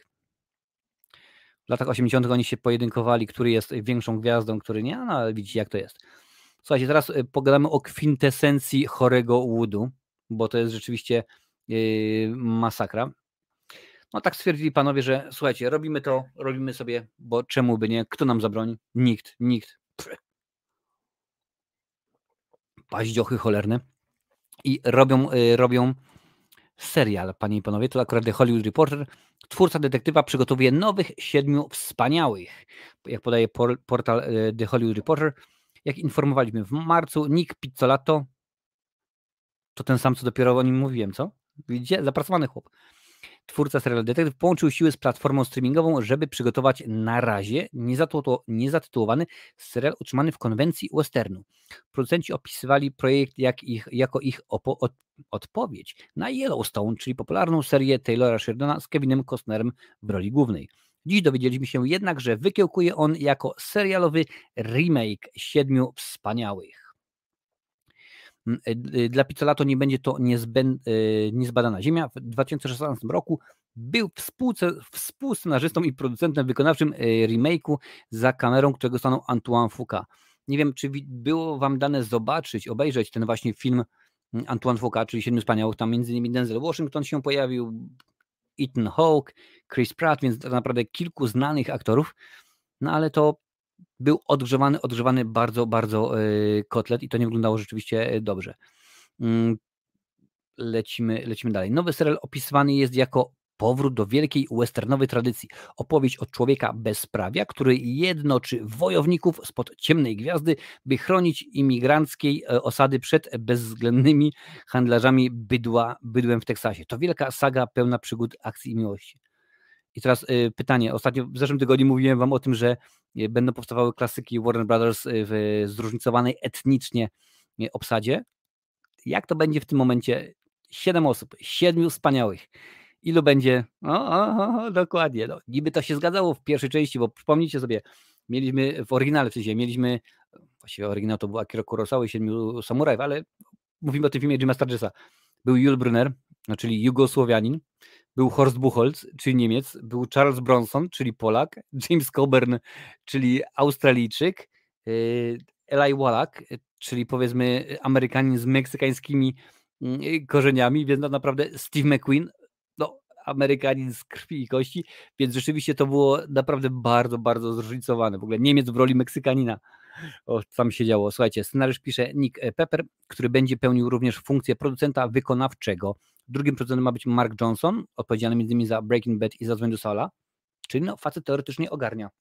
W latach 80. oni się pojedynkowali, który jest większą gwiazdą, który nie, no ale widzicie jak to jest. Słuchajcie, teraz pogadamy o kwintesencji chorego łudu, bo to jest rzeczywiście masakra. No tak stwierdzili panowie, że słuchajcie, robimy sobie, bo czemu by nie? Kto nam zabroni? Nikt. Paździochy cholerne. I robią serial, panie i panowie, to akurat The Hollywood Reporter. Twórca detektywa przygotowuje nowych 7 wspaniałych. Jak podaje portal The Hollywood Reporter, jak informowaliśmy w marcu, Nick Pizzolatto, to ten sam, co dopiero o nim mówiłem, co? Widzicie? Zapracowany chłop. Twórca serialu Detektyw połączył siły z platformą streamingową, żeby przygotować na razie niezatytułowany serial utrzymany w konwencji westernu. Producenci opisywali projekt jako ich odpowiedź na Yellowstone, czyli popularną serię Taylora Sheridana z Kevinem Costnerem w roli głównej. Dziś dowiedzieliśmy się jednak, że wykiełkuje on jako serialowy remake 7 wspaniałych. Dla Pizzolato nie będzie to niezbadana ziemia. W 2016 roku był współscenarzystą i producentem wykonawczym remake'u za kamerą, którego stanął Antoine Fuqua. Nie wiem, czy było wam dane obejrzeć ten właśnie film Antoine Fuqua, czyli 7 wspaniałych. Tam między innymi Denzel Washington się pojawił, Ethan Hawke, Chris Pratt, więc tak naprawdę kilku znanych aktorów. No ale to był odgrzewany bardzo, bardzo kotlet i to nie wyglądało rzeczywiście dobrze. Lecimy dalej. Nowy serial opisywany jest jako powrót do wielkiej westernowej tradycji. Opowieść od człowieka bezprawia, który jednoczy wojowników spod ciemnej gwiazdy, by chronić imigranckiej osady przed bezwzględnymi handlarzami bydłem w Teksasie. To wielka saga pełna przygód, akcji i miłości. I teraz pytanie. Ostatnio w zeszłym tygodniu mówiłem wam o tym, że będą powstawały klasyki Warner Brothers w zróżnicowanej etnicznie obsadzie. Jak to będzie w tym momencie? 7 osób, 7 wspaniałych. Ilu będzie? Dokładnie. No. Niby to się zgadzało w pierwszej części, bo przypomnijcie sobie, mieliśmy w oryginale, właściwie oryginał to był Akira Kurosawa i 7 samurajów, ale mówimy o tym filmie Jima Sturgessa. Był Yul Brynner, czyli Jugosłowianin, był Horst Buchholz, czyli Niemiec, był Charles Bronson, czyli Polak, James Coburn, czyli Australijczyk, Eli Wallach, czyli powiedzmy Amerykanin z meksykańskimi korzeniami, więc naprawdę Steve McQueen, no Amerykanin z krwi i kości, więc rzeczywiście to było naprawdę bardzo, bardzo zróżnicowane. W ogóle Niemiec w roli Meksykanina. Tam się działo. Słuchajcie, scenariusz pisze Nick Pepper, który będzie pełnił również funkcję producenta wykonawczego. Drugim producentem ma być Mark Johnson, odpowiedzialny m.in. za Breaking Bad i za Dzwoń do Saula, czyli no facet teoretycznie ogarnia.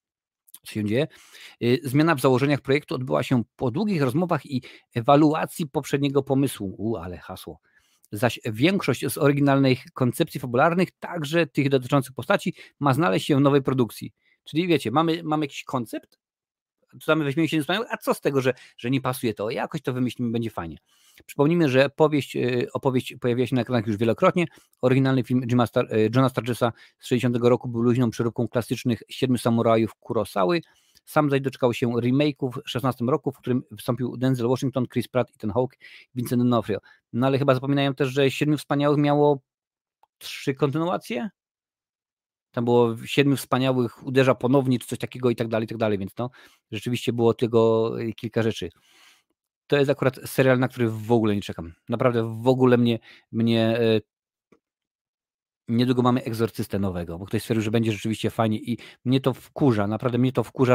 Co się dzieje? Zmiana w założeniach projektu odbyła się po długich rozmowach i ewaluacji poprzedniego pomysłu. Ale hasło. Zaś większość z oryginalnych koncepcji fabularnych, także tych dotyczących postaci, ma znaleźć się w nowej produkcji. Czyli wiecie, mamy jakiś koncept, co my weźmiemy się niespaniałe, a co z tego, że nie pasuje to? Jakoś to wymyślimy, będzie fajnie. Przypomnijmy, że opowieść pojawiła się na ekranach już wielokrotnie. Oryginalny film Johna Sturgesa z 60 roku był luźną przeróbką klasycznych Siedmiu Samurajów Kurosawy. Sam zaś doczekał się remake'u w 16 roku, w którym wystąpił Denzel Washington, Chris Pratt, Ethan Hawke, Vincent D'Onofrio. No ale chyba zapominają też, że Siedmiu Wspaniałych miało 3 kontynuacje? Tam było 7 wspaniałych, uderza ponownie, czy coś takiego i tak dalej, więc no, rzeczywiście było tego kilka rzeczy. To jest akurat serial, na który w ogóle nie czekam. Naprawdę w ogóle mnie niedługo mamy Egzorcystę nowego, bo ktoś stwierdził, że będzie rzeczywiście fajnie i mnie to wkurza, naprawdę mnie to wkurza,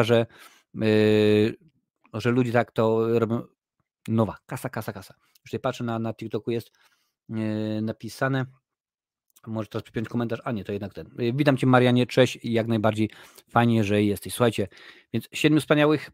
że ludzie tak to robią. Nowa, kasa. Już tutaj patrzę, na TikToku jest napisane. Może teraz przypiąć komentarz, a nie, to jednak ten. Witam Cię, Marianie, cześć i jak najbardziej fajnie, że jesteś. Słuchajcie, więc 7 wspaniałych,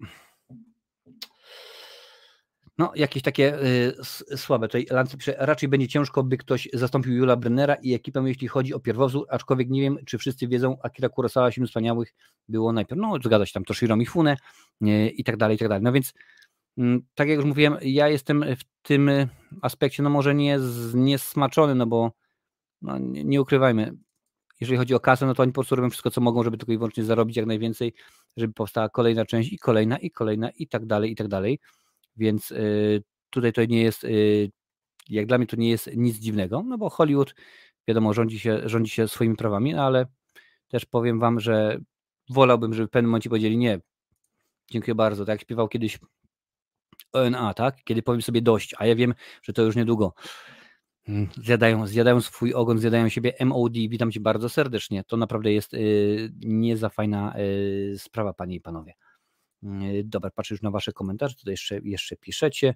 no jakieś takie słabe. Tutaj Lance pisze, raczej będzie ciężko, by ktoś zastąpił Jula Brennera i ekipę, jeśli chodzi o pierwowzór, aczkolwiek nie wiem, czy wszyscy wiedzą, Akira Kurosawa 7 wspaniałych było najpierw, no zgadza się tam, Toshiro Mifune i tak dalej. No więc, tak jak już mówiłem, ja jestem w tym aspekcie, no może nie niesmaczony, no bo no, nie ukrywajmy, jeżeli chodzi o kasę, no to oni po prostu robią wszystko, co mogą, żeby tylko i wyłącznie zarobić jak najwięcej, żeby powstała kolejna część i kolejna i tak dalej. Więc tutaj to nie jest, jak dla mnie to nie jest nic dziwnego, no bo Hollywood, wiadomo, rządzi się swoimi prawami, no ale też powiem wam, że wolałbym, żeby w pewnym momencie powiedzieli nie, dziękuję bardzo, tak jak śpiewał kiedyś ONA, tak? Kiedy powiem sobie dość, a ja wiem, że to już niedługo. Zjadają swój ogon, zjadają siebie. MOD, witam Cię bardzo serdecznie. To naprawdę jest nie za fajna sprawa, panie i panowie. Dobra, patrzę już na wasze komentarze, tutaj jeszcze piszecie.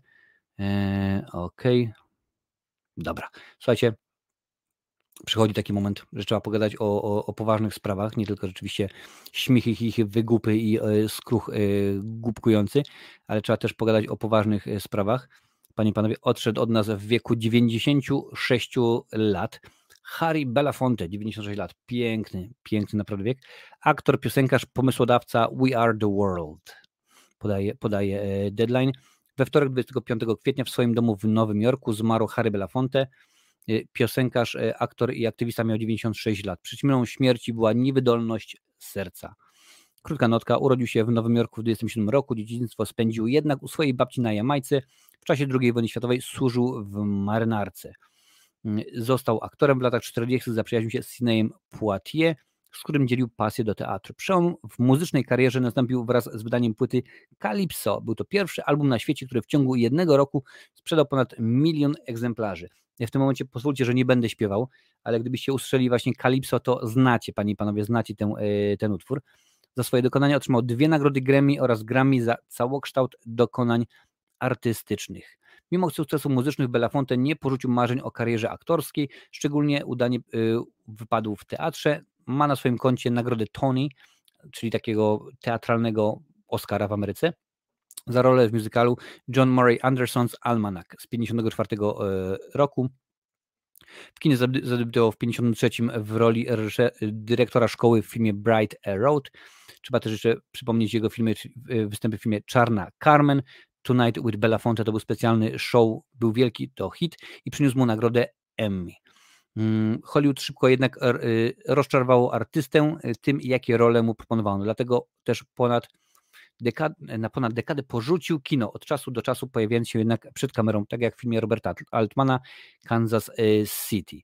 Okej. Dobra, słuchajcie, przychodzi taki moment, że trzeba pogadać o poważnych sprawach, nie tylko rzeczywiście śmichy, chichy, wygupy i skruch głupkujący, ale trzeba też pogadać o poważnych sprawach. Panie i panowie, odszedł od nas w wieku 96 lat Harry Belafonte, 96 lat, piękny naprawdę wiek, aktor, piosenkarz, pomysłodawca We Are The World, podaje Deadline. We wtorek 25 kwietnia w swoim domu w Nowym Jorku zmarł Harry Belafonte, piosenkarz, aktor i aktywista, miał 96 lat. Przyczyną śmierci była niewydolność serca. Krótka notka, urodził się w Nowym Jorku w 27 roku, dzieciństwo spędził jednak u swojej babci na Jamajce. W czasie II wojny światowej służył w marynarce. Został aktorem w latach 40. Zaprzyjaźnił się z Sidneyem Poitier, z którym dzielił pasję do teatru. Przełom w muzycznej karierze nastąpił wraz z wydaniem płyty Calypso. Był to pierwszy album na świecie, który w ciągu jednego roku sprzedał ponad 1 000 000 egzemplarzy. Ja w tym momencie pozwólcie, że nie będę śpiewał, ale gdybyście usłyszeli właśnie Calypso, to znacie, panie i panowie, znacie ten utwór. Za swoje dokonania otrzymał 2 nagrody Grammy oraz Grammy za całokształt dokonań artystycznych. Mimo sukcesów muzycznych Belafonte nie porzucił marzeń o karierze aktorskiej, szczególnie udanie wypadł w teatrze. Ma na swoim koncie nagrodę Tony, czyli takiego teatralnego Oscara w Ameryce, za rolę w musicalu John Murray Anderson's Almanac z 1954 roku. W kinie zadebiutował w 1953 w roli dyrektora szkoły w filmie Bright Road. Trzeba też jeszcze przypomnieć jego występy w filmie Czarna Carmen. Tonight with Belafonte to był specjalny show, był wielki, to hit i przyniósł mu nagrodę Emmy. Hollywood szybko jednak rozczarowało artystę tym, jakie role mu proponowano. Dlatego też na ponad dekadę porzucił kino, od czasu do czasu pojawiając się jednak przed kamerą, tak jak w filmie Roberta Altmana Kansas City.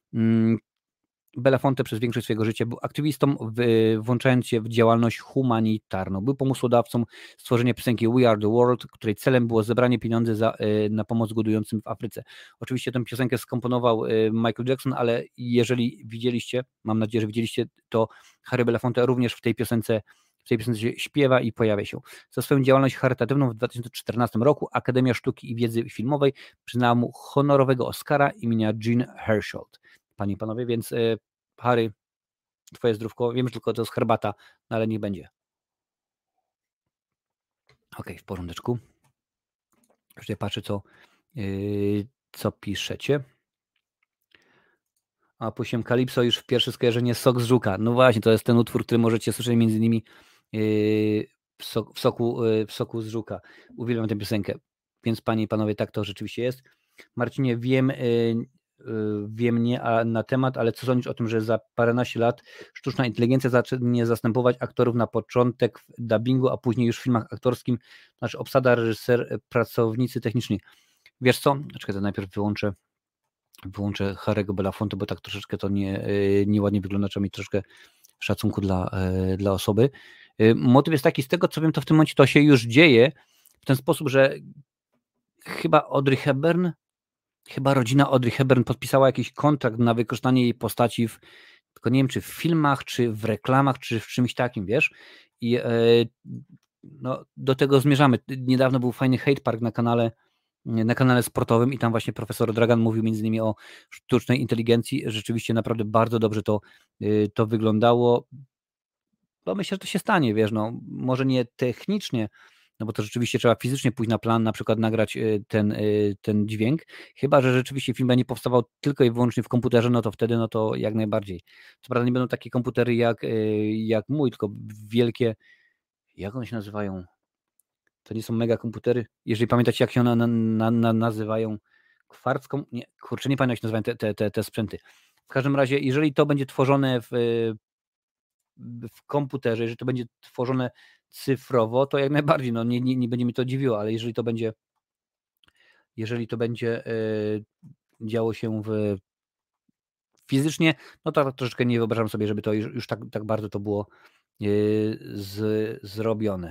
Belafonte przez większość swojego życia był aktywistą, włączając się w działalność humanitarną. Był pomysłodawcą stworzenia piosenki We Are The World, której celem było zebranie pieniędzy na pomoc głodującym w Afryce. Oczywiście tę piosenkę skomponował Michael Jackson, ale jeżeli widzieliście, mam nadzieję, że widzieliście, to Harry Belafonte również w tej piosence śpiewa i pojawia się. Za swoją działalność charytatywną w 2014 roku Akademia Sztuki i Wiedzy Filmowej przyznała mu honorowego Oscara imienia Jean Hersholt. Panie i panowie, więc Harry, twoje zdrówko, wiem, że tylko to jest herbata, no ale niech będzie. Okej, w porządeczku. Już tutaj patrzę, co piszecie. A puściłem Calypso, już pierwsze skojarzenie Sok z Żuka. No właśnie, to jest ten utwór, który możecie słyszeć między innymi w soku z Żuka. Uwielbiam tę piosenkę. Więc panie i panowie, tak to rzeczywiście jest. Marcinie, wiem nie na temat, ale co sądzisz o tym, że za paręnaście lat sztuczna inteligencja zacznie zastępować aktorów na początek w dubbingu, a później już w filmach aktorskim, znaczy obsada, reżyser, pracownicy techniczni. Wiesz co? Czekaj, to najpierw wyłączę Harry'ego Belafonte, bo tak troszeczkę to nieładnie wygląda, trzeba mieć troszkę szacunku dla osoby. Motyw jest taki, z tego co wiem, to w tym momencie to się już dzieje w ten sposób, że chyba rodzina Audrey Hepburn podpisała jakiś kontrakt na wykorzystanie jej postaci tylko nie wiem, czy w filmach, czy w reklamach, czy w czymś takim, wiesz? I no, do tego zmierzamy. Niedawno był fajny hate park na kanale sportowym i tam właśnie profesor Dragan mówił między innymi o sztucznej inteligencji. Rzeczywiście naprawdę bardzo dobrze to wyglądało. Bo myślę, że to się stanie, wiesz, no może nie technicznie, no bo to rzeczywiście trzeba fizycznie pójść na plan, na przykład nagrać ten dźwięk, chyba że rzeczywiście film będzie powstawał tylko i wyłącznie w komputerze, no to wtedy, no to jak najbardziej. Co prawda nie będą takie komputery jak mój, tylko wielkie, jak one się nazywają? To nie są mega komputery. Jeżeli pamiętacie, jak się one nazywają, kwarcką, nie, kurczę, nie pamiętam, jak się nazywają te sprzęty. W każdym razie, jeżeli to będzie tworzone w komputerze, jeżeli to będzie tworzone cyfrowo, to jak najbardziej, no nie będzie mi to dziwiło, ale jeżeli to będzie działo się fizycznie, no to troszeczkę nie wyobrażam sobie, żeby to już tak bardzo to było zrobione.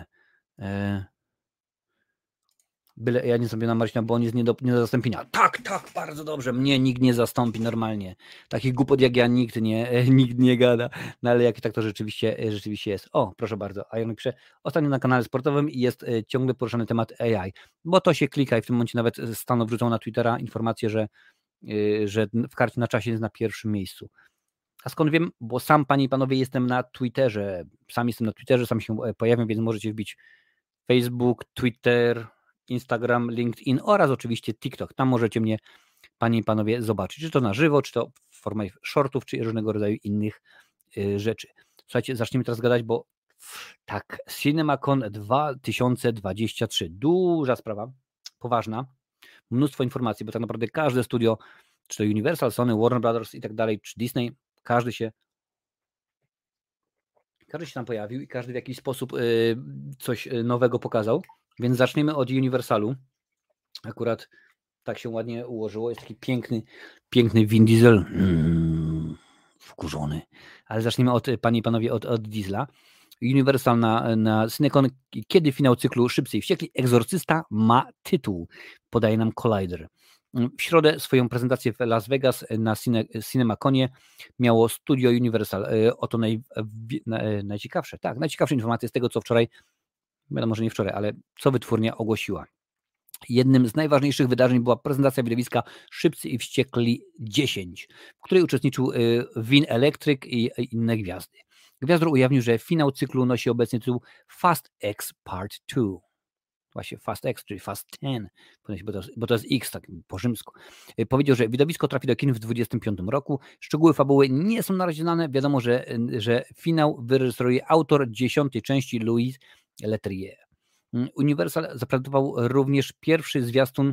Byle ja nie zrobię na Marcina, bo on jest nie do zastąpienia. Tak, bardzo dobrze. Mnie nikt nie zastąpi normalnie. Takich głupot jak ja nikt nie gada. No ale jak tak to rzeczywiście jest. O, proszę bardzo. A ja piszę, ostatnio na kanale sportowym jest ciągle poruszany temat AI, bo to się klika i w tym momencie nawet Stanów wrzucą na Twittera informację, że w karcie na czasie jest na pierwszym miejscu. A skąd wiem? Bo sam, panie i panowie, jestem na Twitterze. Sam jestem na Twitterze, sam się pojawiam, więc możecie wbić Facebook, Twitter, Instagram, LinkedIn oraz oczywiście TikTok. Tam możecie mnie, panie i panowie, zobaczyć, czy to na żywo, czy to w formie shortów, czy różnego rodzaju innych rzeczy. Słuchajcie, zacznijmy teraz gadać, bo tak, CinemaCon 2023, duża sprawa, poważna, mnóstwo informacji, bo tak naprawdę każde studio, czy to Universal, Sony, Warner Brothers i tak dalej, czy Disney, każdy się tam pojawił i każdy w jakiś sposób coś nowego pokazał, więc zaczniemy od Universalu. Akurat tak się ładnie ułożyło. Jest taki piękny Vin Diesel. Wkurzony. Ale zacznijmy panie i panowie, od Diesla. Universal na CineCon. Kiedy finał cyklu Szybcy i Wściekli? Egzorcysta ma tytuł. Podaje nam Collider. W środę swoją prezentację w Las Vegas na CinemaConie miało studio Universal. Oto najciekawsze informacje z tego, co wczoraj, wiadomo, że nie wczoraj, ale co wytwórnia ogłosiła. Jednym z najważniejszych wydarzeń była prezentacja widowiska Szybcy i Wściekli 10, w której uczestniczył Vin Electric i inne gwiazdy. Gwiazdor ujawnił, że finał cyklu nosi obecnie tytuł Fast X Part 2. Właśnie Fast X, czyli Fast 10, bo to jest X, tak po rzymsku. Powiedział, że widowisko trafi do kin w 2025 roku. Szczegóły fabuły nie są na razie znane. Wiadomo, że finał wyreżyseruje autor 10. części Louis Leterrier. Universal zaprezentował również pierwszy zwiastun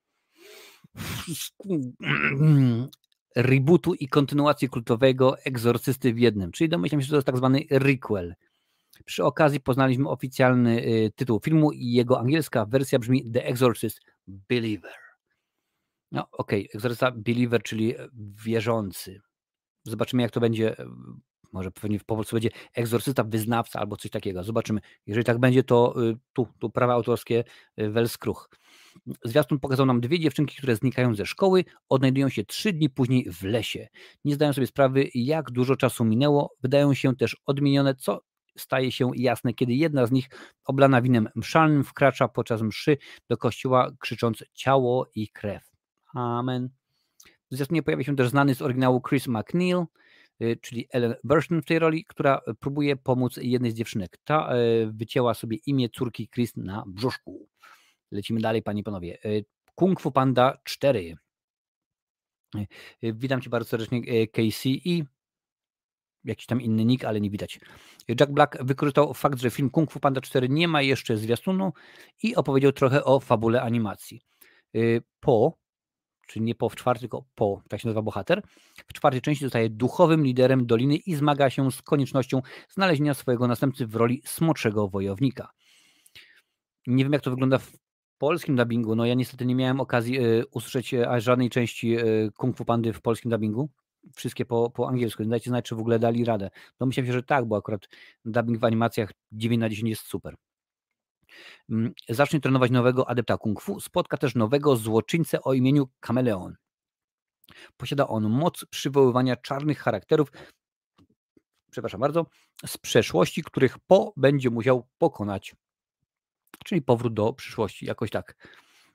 rebootu i kontynuacji kultowego Egzorcysty w jednym, czyli domyślam się, że to jest tak zwany requel. Przy okazji poznaliśmy oficjalny tytuł filmu i jego angielska wersja brzmi The Exorcist Believer. No okej, Exorcysta Believer, czyli wierzący. Zobaczymy, jak to będzie. Może pewnie w Polsce będzie egzorcysta, wyznawca albo coś takiego. Zobaczymy. Jeżeli tak będzie, to tu prawa autorskie welskruch. Zwiastun pokazał nam dwie dziewczynki, które znikają ze szkoły, odnajdują się 3 dni później w lesie. Nie zdają sobie sprawy, jak dużo czasu minęło. Wydają się też odmienione, co staje się jasne, kiedy jedna z nich, oblana winem mszalnym, wkracza podczas mszy do kościoła, krzycząc ciało i krew. Amen. W zwiastunie pojawia się też znany z oryginału Chris McNeil, czyli Ellen Burstyn w tej roli, która próbuje pomóc jednej z dziewczynek. Ta wycięła sobie imię córki Chris na brzuszku. Lecimy dalej, panie i panowie. Kung Fu Panda 4. Witam cię bardzo serdecznie, Casey i jakiś tam inny nick, ale nie widać. Jack Black wykorzystał fakt, że film Kung Fu Panda 4 nie ma jeszcze zwiastunu i opowiedział trochę o fabule animacji. Po, czyli nie po w czwartej, tylko po, tak się nazywa bohater, w czwartej części zostaje duchowym liderem Doliny i zmaga się z koniecznością znalezienia swojego następcy w roli smoczego wojownika. Nie wiem, jak to wygląda w polskim dubbingu. No ja niestety nie miałem okazji usłyszeć żadnej części Kung Fu Pandy w polskim dubbingu. Wszystkie po angielsku. Dajcie znać, czy w ogóle dali radę. Domyślam się, że tak, bo akurat dubbing w animacjach 9 na 10 jest super. Zacznie trenować nowego adepta Kung Fu. Spotka też nowego złoczyńcę o imieniu Kameleon. Posiada on moc przywoływania czarnych charakterów, przepraszam bardzo, z przeszłości, których Po będzie musiał pokonać. Czyli powrót do przyszłości, jakoś tak.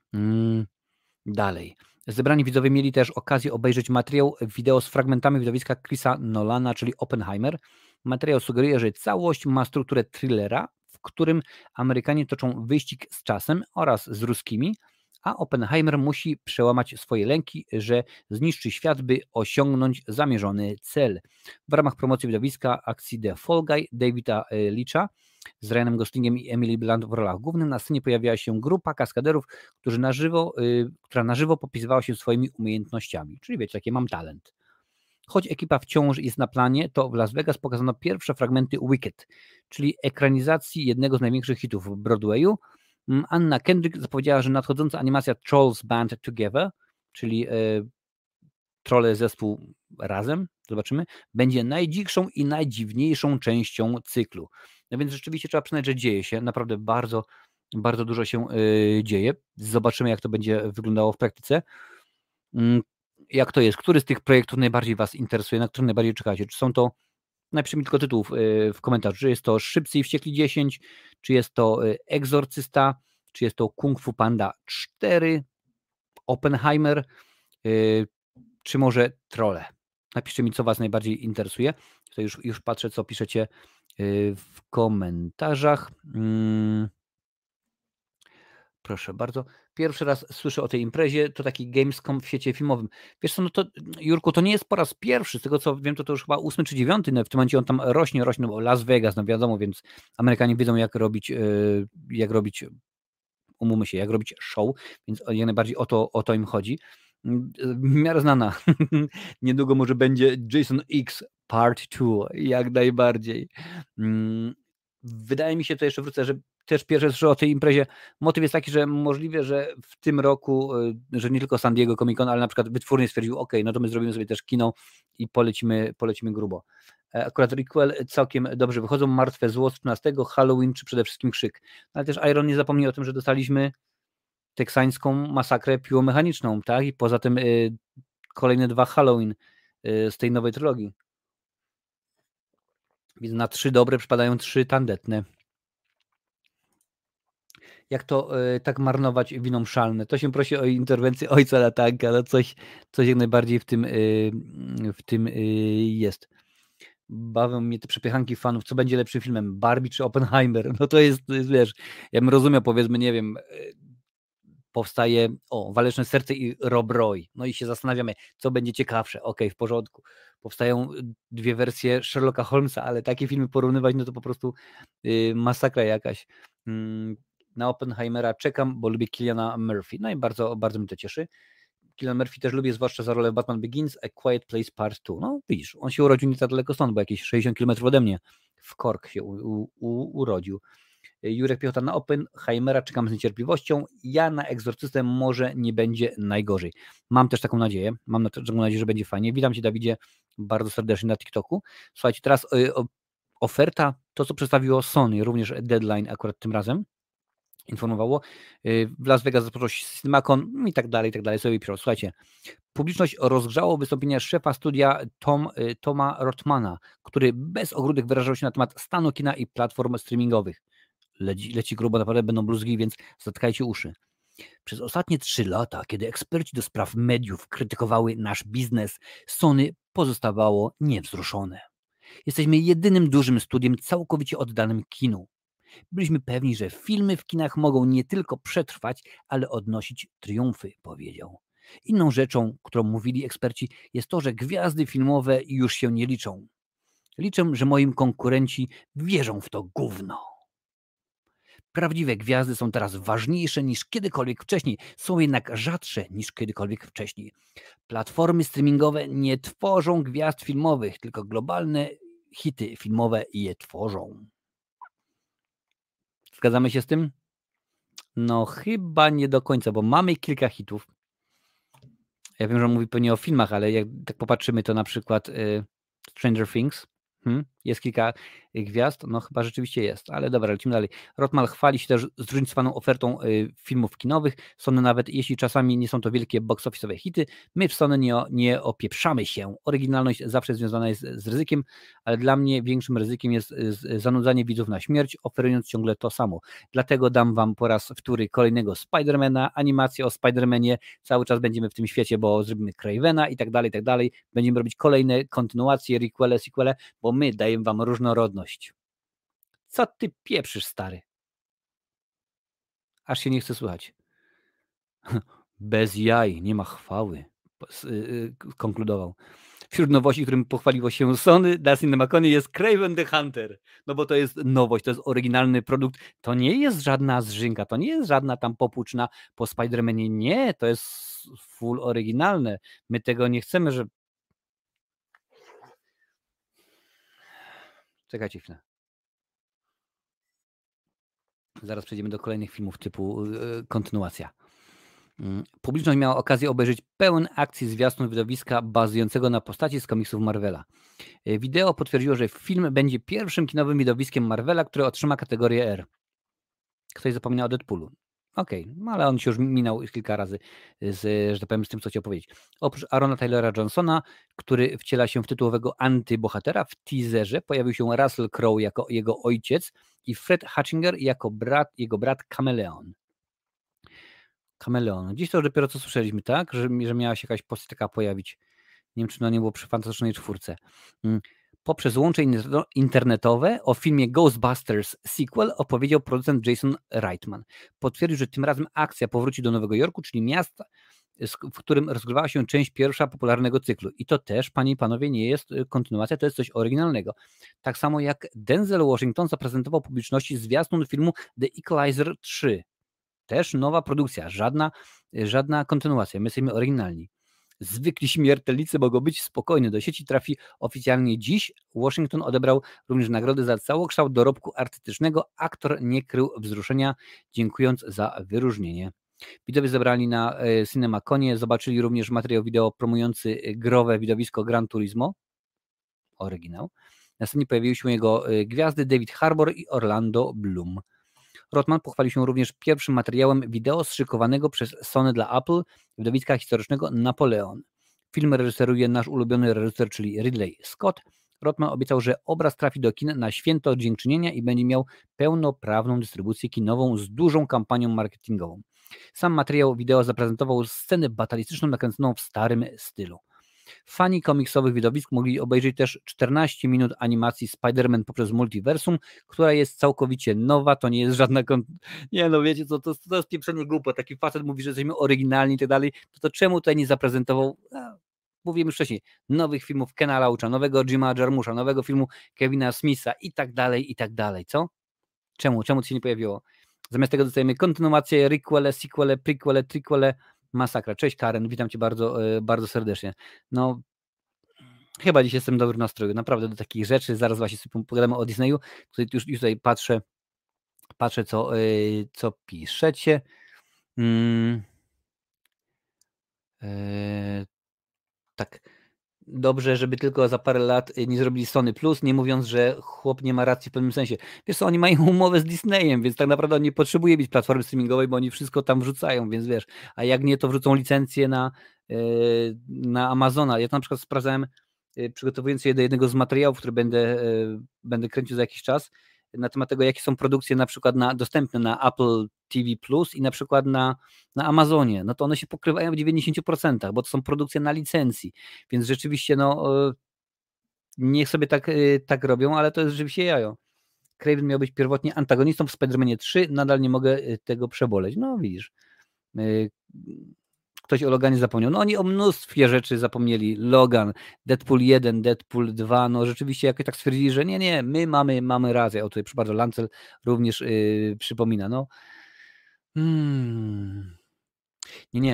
Dalej. Zebrani widzowie mieli też okazję obejrzeć materiał wideo z fragmentami widowiska Chrisa Nolana, czyli Oppenheimer. Materiał sugeruje, że całość ma strukturę thrillera, w którym Amerykanie toczą wyścig z czasem oraz z ruskimi, a Oppenheimer musi przełamać swoje lęki, że zniszczy świat, by osiągnąć zamierzony cel. W ramach promocji widowiska akcji The Fall Guy Davida Leacha z Ryanem Goslingiem i Emily Blunt w rolach głównych na scenie pojawiała się grupa kaskaderów, która na żywo popisywała się swoimi umiejętnościami. Czyli wiecie, jakie mam talent. Choć ekipa wciąż jest na planie, to w Las Vegas pokazano pierwsze fragmenty Wicked, czyli ekranizacji jednego z największych hitów Broadwayu. Anna Kendrick zapowiedziała, że nadchodząca animacja Trolls Band Together, czyli Trolle zespół razem, zobaczymy, będzie najdzikszą i najdziwniejszą częścią cyklu. No więc rzeczywiście trzeba przyznać, że dzieje się, naprawdę bardzo, bardzo dużo się dzieje. Zobaczymy, jak to będzie wyglądało w praktyce. Jak to jest? Który z tych projektów najbardziej Was interesuje, na który najbardziej czekacie? Czy są to, napiszcie mi tylko tytułów w komentarzu, czy jest to Szybcy i Wściekli 10, czy jest to Egzorcysta, czy jest to Kung Fu Panda 4, Oppenheimer, czy może Trolle. Napiszcie mi, co Was najbardziej interesuje. To już patrzę, co piszecie w komentarzach. Proszę bardzo. Pierwszy raz słyszę o tej imprezie, to taki Gamescom w świecie filmowym. Wiesz co, no to Jurku, to nie jest po raz pierwszy, z tego co wiem, to już chyba 8 czy 9, no w tym momencie on tam rośnie, bo Las Vegas, no wiadomo, więc Amerykanie wiedzą jak robić, umówmy się, jak robić show, więc jak najbardziej o to im chodzi. W miarę znana. Niedługo może będzie Jason X Part 2, jak najbardziej. Wydaje mi się, to jeszcze wrócę, że też pierwsze słyszę o tej imprezie. Motyw jest taki, że możliwe, że w tym roku, że nie tylko San Diego Comic Con, ale na przykład wytwórnie stwierdził, ok, no to my zrobimy sobie też kino i polecimy grubo. Akurat Requel całkiem dobrze wychodzą. Martwe Zło 13, Halloween czy przede wszystkim Krzyk. Ale też Iron nie zapomniał o tym, że dostaliśmy teksańską masakrę piłomechaniczną, tak? I poza tym kolejne 2 Halloween z tej nowej trylogii. Więc na 3 dobre przypadają 3 tandetne. Jak to tak marnować winą szalne? To się prosi o interwencję ojca Latanka. No coś jak najbardziej w tym jest. Bawią mnie te przepychanki fanów, co będzie lepszym filmem, Barbie czy Oppenheimer? No to jest wiesz, ja bym rozumiał, powiedzmy, nie wiem, powstaje Waleczne Serce i Rob Roy. No i się zastanawiamy, co będzie ciekawsze. Okej, w porządku. Powstają 2 wersje Sherlocka Holmesa, ale takie filmy porównywać, no to po prostu masakra jakaś. Na Oppenheimera czekam, bo lubię Cillana Murphy. No i bardzo, bardzo mnie to cieszy. Cillian Murphy też lubię, zwłaszcza za rolę Batman Begins, A Quiet Place Part 2. No widzisz, on się urodził nie tak daleko stąd, bo jakieś 60 km ode mnie. W Cork się urodził. Jurek Piechota na Oppenheimera czekam z niecierpliwością. Ja na Egzorcystę może nie będzie najgorzej. Mam też taką nadzieję. Mam taką nadzieję, że będzie fajnie. Witam Cię, Dawidzie, bardzo serdecznie na TikToku. Słuchajcie, teraz oferta, to co przedstawiło Sony, również Deadline akurat tym razem informowało. W Las Vegas rozpoczął się CinemaCon i tak dalej, sobie piszą. Słuchajcie, publiczność rozgrzało wystąpienie szefa studia Toma Rothmana, który bez ogródek wyrażał się na temat stanu kina i platform streamingowych. Leci grubo, naprawdę będą bluzgi, więc zatkajcie uszy. Przez ostatnie 3 lata, kiedy eksperci do spraw mediów krytykowały nasz biznes, Sony pozostawało niewzruszone. Jesteśmy jedynym dużym studiem całkowicie oddanym kinu. Byliśmy pewni, że filmy w kinach mogą nie tylko przetrwać, ale odnosić triumfy, powiedział. Inną rzeczą, którą mówili eksperci, jest to, że gwiazdy filmowe już się nie liczą. Liczę, że moi konkurenci wierzą w to gówno. Prawdziwe gwiazdy są teraz ważniejsze niż kiedykolwiek wcześniej, są jednak rzadsze niż kiedykolwiek wcześniej. Platformy streamingowe nie tworzą gwiazd filmowych, tylko globalne hity filmowe je tworzą. Zgadzamy się z tym? No chyba nie do końca, bo mamy kilka hitów. Ja wiem, że on mówi pewnie o filmach, ale jak tak popatrzymy, to na przykład Stranger Things. Jest kilka gwiazd, no chyba rzeczywiście jest, ale dobra, lecimy dalej. Rothman chwali się też zróżnicowaną ofertą filmów kinowych. Sony nawet, jeśli czasami nie są to wielkie box office'owe hity, my w Sony nie opieprzamy się. Oryginalność zawsze związana jest z ryzykiem, ale dla mnie większym ryzykiem jest zanudzanie widzów na śmierć, oferując ciągle to samo. Dlatego dam wam po raz wtóry kolejnego Spidermana, animację o Spidermanie, cały czas będziemy w tym świecie, bo zrobimy Cravena i tak dalej, będziemy robić kolejne kontynuacje, requele, sequele, bo my dajemy wam różnorodność. Co ty pieprzysz, stary? Aż się nie chce słuchać. Bez jaj, nie ma chwały, konkludował. Wśród nowości, którym pochwaliło się Sony na CinemaConie, jest Craven the Hunter. No bo to jest nowość, to jest oryginalny produkt. To nie jest żadna zżynka, to nie jest żadna tam popłuczna po Spider-Manie. Nie, to jest full oryginalne. My tego nie chcemy, że... Czekajcie chwilę. Zaraz przejdziemy do kolejnych filmów typu kontynuacja. Publiczność miała okazję obejrzeć pełen akcji zwiastun widowiska bazującego na postaci z komiksów Marvela. Wideo potwierdziło, że film będzie pierwszym kinowym widowiskiem Marvela, które otrzyma kategorię R. Ktoś zapomniał o Deadpoolu. Okej, ale on się już minął kilka razy, że tak powiem, z tym, co chciał powiedzieć. Oprócz Aarona Taylora Johnsona, który wciela się w tytułowego antybohatera, w teaserze pojawił się Russell Crowe jako jego ojciec i Fred Hatchinger jako jego brat Kameleon. Kameleon. Dziś to dopiero co słyszeliśmy, tak? Że miała się jakaś postać taka pojawić. Nie wiem, czy to nie było przy Fantastycznej Czwórce. Poprzez łącze internetowe o filmie Ghostbusters sequel opowiedział producent Jason Reitman. Potwierdził, że tym razem akcja powróci do Nowego Jorku, czyli miasta, w którym rozgrywała się część pierwsza popularnego cyklu. I to też, panie i panowie, nie jest kontynuacja, to jest coś oryginalnego. Tak samo jak Denzel Washington zaprezentował publiczności zwiastun filmu The Equalizer 3. Też nowa produkcja, żadna kontynuacja, my jesteśmy oryginalni. Zwykli śmiertelnicy mogą być spokojni. Do sieci trafi oficjalnie dziś. Washington odebrał również nagrody za całokształt dorobku artystycznego. Aktor nie krył wzruszenia, dziękując za wyróżnienie. Widzowie zebrani na CinemaConie zobaczyli również materiał wideo promujący growe widowisko Gran Turismo. Oryginał. Następnie pojawiły się jego gwiazdy David Harbour i Orlando Bloom. Rothman pochwalił się również pierwszym materiałem wideo zszykowanego przez Sony dla Apple widowiska historycznego Napoleon. Film reżyseruje nasz ulubiony reżyser, czyli Ridley Scott. Rothman obiecał, że obraz trafi do kin na święto dziękczynienia i będzie miał pełnoprawną dystrybucję kinową z dużą kampanią marketingową. Sam materiał wideo zaprezentował scenę batalistyczną nakręconą w starym stylu. Fani komiksowych widowisk mogli obejrzeć też 14 minut animacji Spider-Man poprzez multiversum, która jest całkowicie nowa, to nie jest żadna... Nie no, wiecie co, to jest pieprzenie głupot. Taki facet mówi, że jesteśmy oryginalni i tak dalej, to czemu tutaj nie zaprezentował, mówiłem już wcześniej, nowych filmów Kena Loacha, nowego Jima Jarmusza, nowego filmu Kevina Smitha i tak dalej, co? Czemu to się nie pojawiło? Zamiast tego dostajemy kontynuację, requele, sequele, prequele, triquele, masakra. Cześć Karen, witam Cię bardzo, bardzo serdecznie. No, chyba dziś jestem w dobrym nastroju, naprawdę do takich rzeczy. Zaraz właśnie sobie pogadamy o Disneyu. Już tutaj patrzę co piszecie. Tak. Dobrze, żeby tylko za parę lat nie zrobili Sony Plus, nie mówiąc, że chłop nie ma racji w pewnym sensie. Wiesz co, oni mają umowę z Disneyem, więc tak naprawdę on nie potrzebuje mieć platformy streamingowej, bo oni wszystko tam wrzucają, więc wiesz, a jak nie, to wrzucą licencję na Amazona. Ja to na przykład sprawdzałem, przygotowując się do jednego z materiałów, który będę kręcił za jakiś czas, na temat tego, jakie są produkcje na przykład dostępne na Apple TV Plus i na przykład na Amazonie, no to one się pokrywają w 90%, bo to są produkcje na licencji, więc rzeczywiście niech sobie tak robią, ale to jest rzeczywiście jajo. Kraven miał być pierwotnie antagonistą w Spider-Manie 3, nadal nie mogę tego przeboleć. No widzisz, ktoś o Loganie zapomniał. No oni o mnóstwie rzeczy zapomnieli. Logan, Deadpool 1, Deadpool 2, no rzeczywiście jakoś tak stwierdzili, że nie, my mamy rację. O tutaj proszę bardzo, Lancel również przypomina. No. Nie.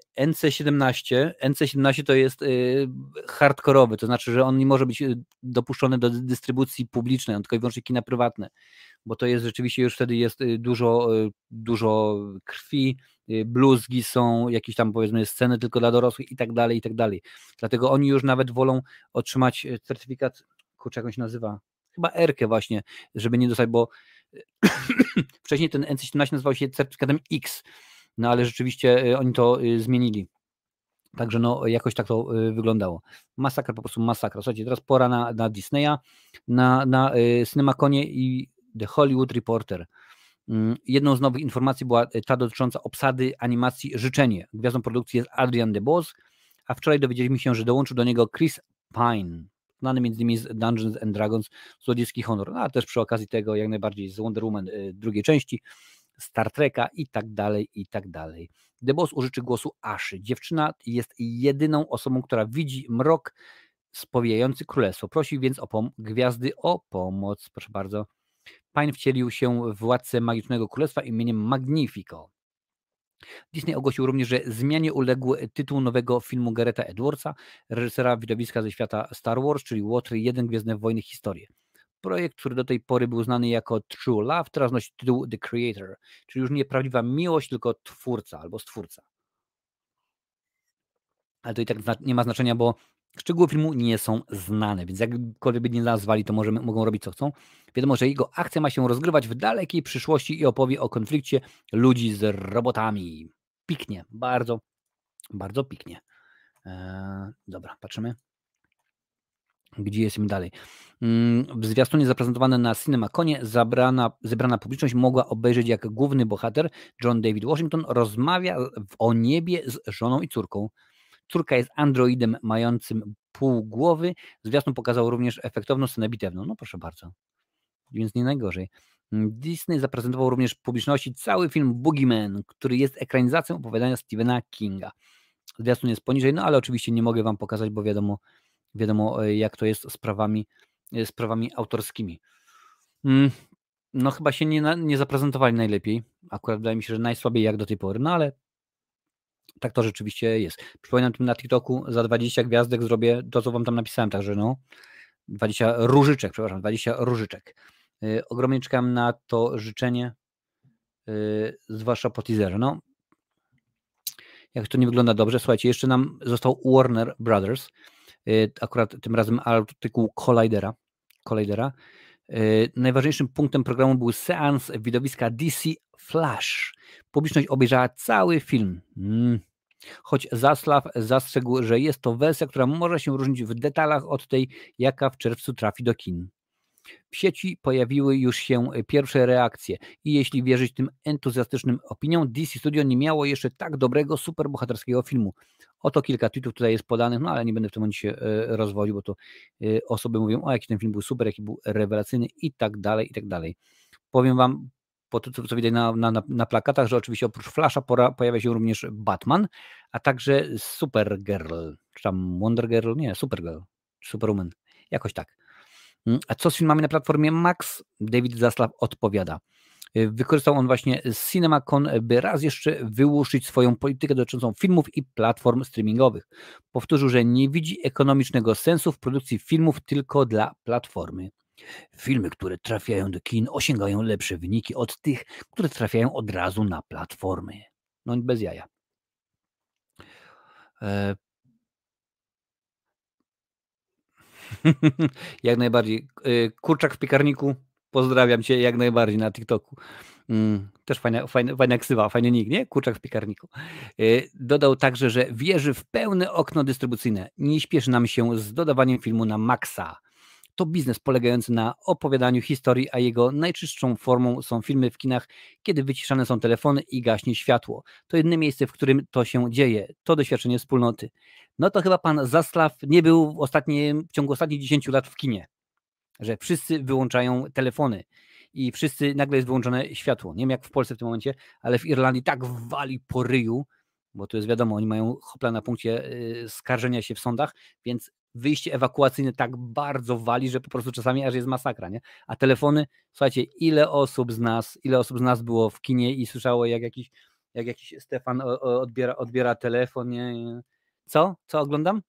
NC17 to jest hardkorowy, to znaczy, że on nie może być dopuszczony do dystrybucji publicznej, on tylko i wyłącznie kina prywatne, bo to jest rzeczywiście już wtedy jest dużo krwi, bluzgi są, jakieś tam powiedzmy sceny tylko dla dorosłych i tak dalej, i tak dalej. Dlatego oni już nawet wolą otrzymać certyfikat, kurczę, jak on się nazywa? Chyba R-kę właśnie, żeby nie dostać, bo wcześniej ten NC17 nazywał się certyfikatem X, no ale rzeczywiście oni to zmienili. Także jakoś tak to wyglądało. Masakra, po prostu masakra. Słuchajcie, teraz pora na Disneya, na CinemaConie i The Hollywood Reporter. Jedną z nowych informacji była ta dotycząca obsady animacji Życzenie. Gwiazdą produkcji jest Adrian DeBose, a wczoraj dowiedzieliśmy się, że dołączył do niego Chris Pine, znany m.in. z Dungeons and Dragons, Złodziejski Honor, a też przy okazji tego jak najbardziej z Wonder Woman drugiej części, Star Treka i tak dalej, i tak dalej. DeBose użyczy głosu Aszy. Dziewczyna jest jedyną osobą, która widzi mrok spowijający królestwo. Prosi więc gwiazdy o pomoc. Proszę bardzo. Pine wcielił się w władcę magicznego królestwa imieniem Magnifico. Disney ogłosił również, że zmianie uległ tytuł nowego filmu Garretha Edwardsa, reżysera widowiska ze świata Star Wars, czyli Water 1 Gwiezdne Wojny Historie. Projekt, który do tej pory był znany jako True Love, teraz nosi tytuł The Creator, czyli już nie prawdziwa miłość, tylko twórca albo stwórca. Ale to i tak nie ma znaczenia, bo szczegóły filmu nie są znane, więc jakkolwiek by nie nazwali, to mogą robić co chcą. Wiadomo, że jego akcja ma się rozgrywać w dalekiej przyszłości i opowie o konflikcie ludzi z robotami. Piknie, bardzo, bardzo piknie. Dobra, patrzymy. Gdzie jesteśmy dalej? W zwiastunie zaprezentowane na CinemaConie zebrana publiczność mogła obejrzeć, jak główny bohater John David Washington rozmawia o niebie z żoną i córką. Córka jest androidem mającym pół głowy. Zwiastun pokazał również efektowną scenę bitewną. No proszę bardzo. Więc nie najgorzej. Disney zaprezentował również publiczności cały film Boogeyman, który jest ekranizacją opowiadania Stephena Kinga. Zwiastun jest poniżej, no ale oczywiście nie mogę wam pokazać, bo wiadomo jak to jest z prawami autorskimi. No chyba się nie zaprezentowali najlepiej. Akurat wydaje mi się, że najsłabiej jak do tej pory, no ale tak to rzeczywiście jest. Przypominam, na TikToku za 20 gwiazdek zrobię to, co wam tam napisałem, także 20 różyczek. Ogromnie czekam na to życzenie, zwłaszcza po teaserze. No, jak to nie wygląda dobrze, słuchajcie, jeszcze nam został Warner Brothers, akurat tym razem artykuł Collidera. Najważniejszym punktem programu był seans widowiska DC Flash. Publiczność obejrzała cały film. Choć Zaslav zastrzegł, że jest to wersja, która może się różnić w detalach od tej, jaka w czerwcu trafi do kin. W sieci pojawiły już się pierwsze reakcje i jeśli wierzyć tym entuzjastycznym opiniom, DC Studio nie miało jeszcze tak dobrego, superbohaterskiego filmu. Oto kilka tweetów tutaj jest podanych, no ale nie będę w tym momencie się rozwodził, bo to osoby mówią, o jaki ten film był super, jaki był rewelacyjny i tak dalej, i tak dalej. Powiem wam, po to, co widać na plakatach, że oczywiście oprócz Flasha pojawia się również Batman, a także Supergirl, czy tam Wonder Girl, nie, Supergirl, Superwoman, jakoś tak. A co z filmami na platformie Max? David Zaslav odpowiada. Wykorzystał on właśnie CinemaCon, by raz jeszcze wyłuszczyć swoją politykę dotyczącą filmów i platform streamingowych. Powtórzył, że nie widzi ekonomicznego sensu w produkcji filmów tylko dla platformy. Filmy, które trafiają do kin, osiągają lepsze wyniki od tych, które trafiają od razu na platformy. No bez jaja. Jak najbardziej. Kurczak w piekarniku, pozdrawiam cię jak najbardziej na TikToku. Też fajna ksywa, fajny nick, nie? Kurczak w piekarniku. Dodał także, że wierzy w pełne okno dystrybucyjne. Nie śpieszy nam się z dodawaniem filmu na Maxa. To biznes polegający na opowiadaniu historii, a jego najczystszą formą są filmy w kinach, kiedy wyciszane są telefony i gaśnie światło. To jedyne miejsce, w którym to się dzieje. To doświadczenie wspólnoty. No to chyba pan Zaslaw nie był w ciągu ostatnich 10 lat w kinie, że wszyscy wyłączają telefony i wszyscy nagle jest wyłączone światło. Nie wiem jak w Polsce w tym momencie, ale w Irlandii tak wali po ryju, bo to jest wiadomo, oni mają hopla na punkcie skarżenia się w sądach, więc wyjście ewakuacyjne tak bardzo wali, że po prostu czasami aż jest masakra, nie? A telefony, słuchajcie, ile osób z nas było w kinie i słyszało jak jakiś Stefan odbiera telefon, nie? Co? Co oglądam?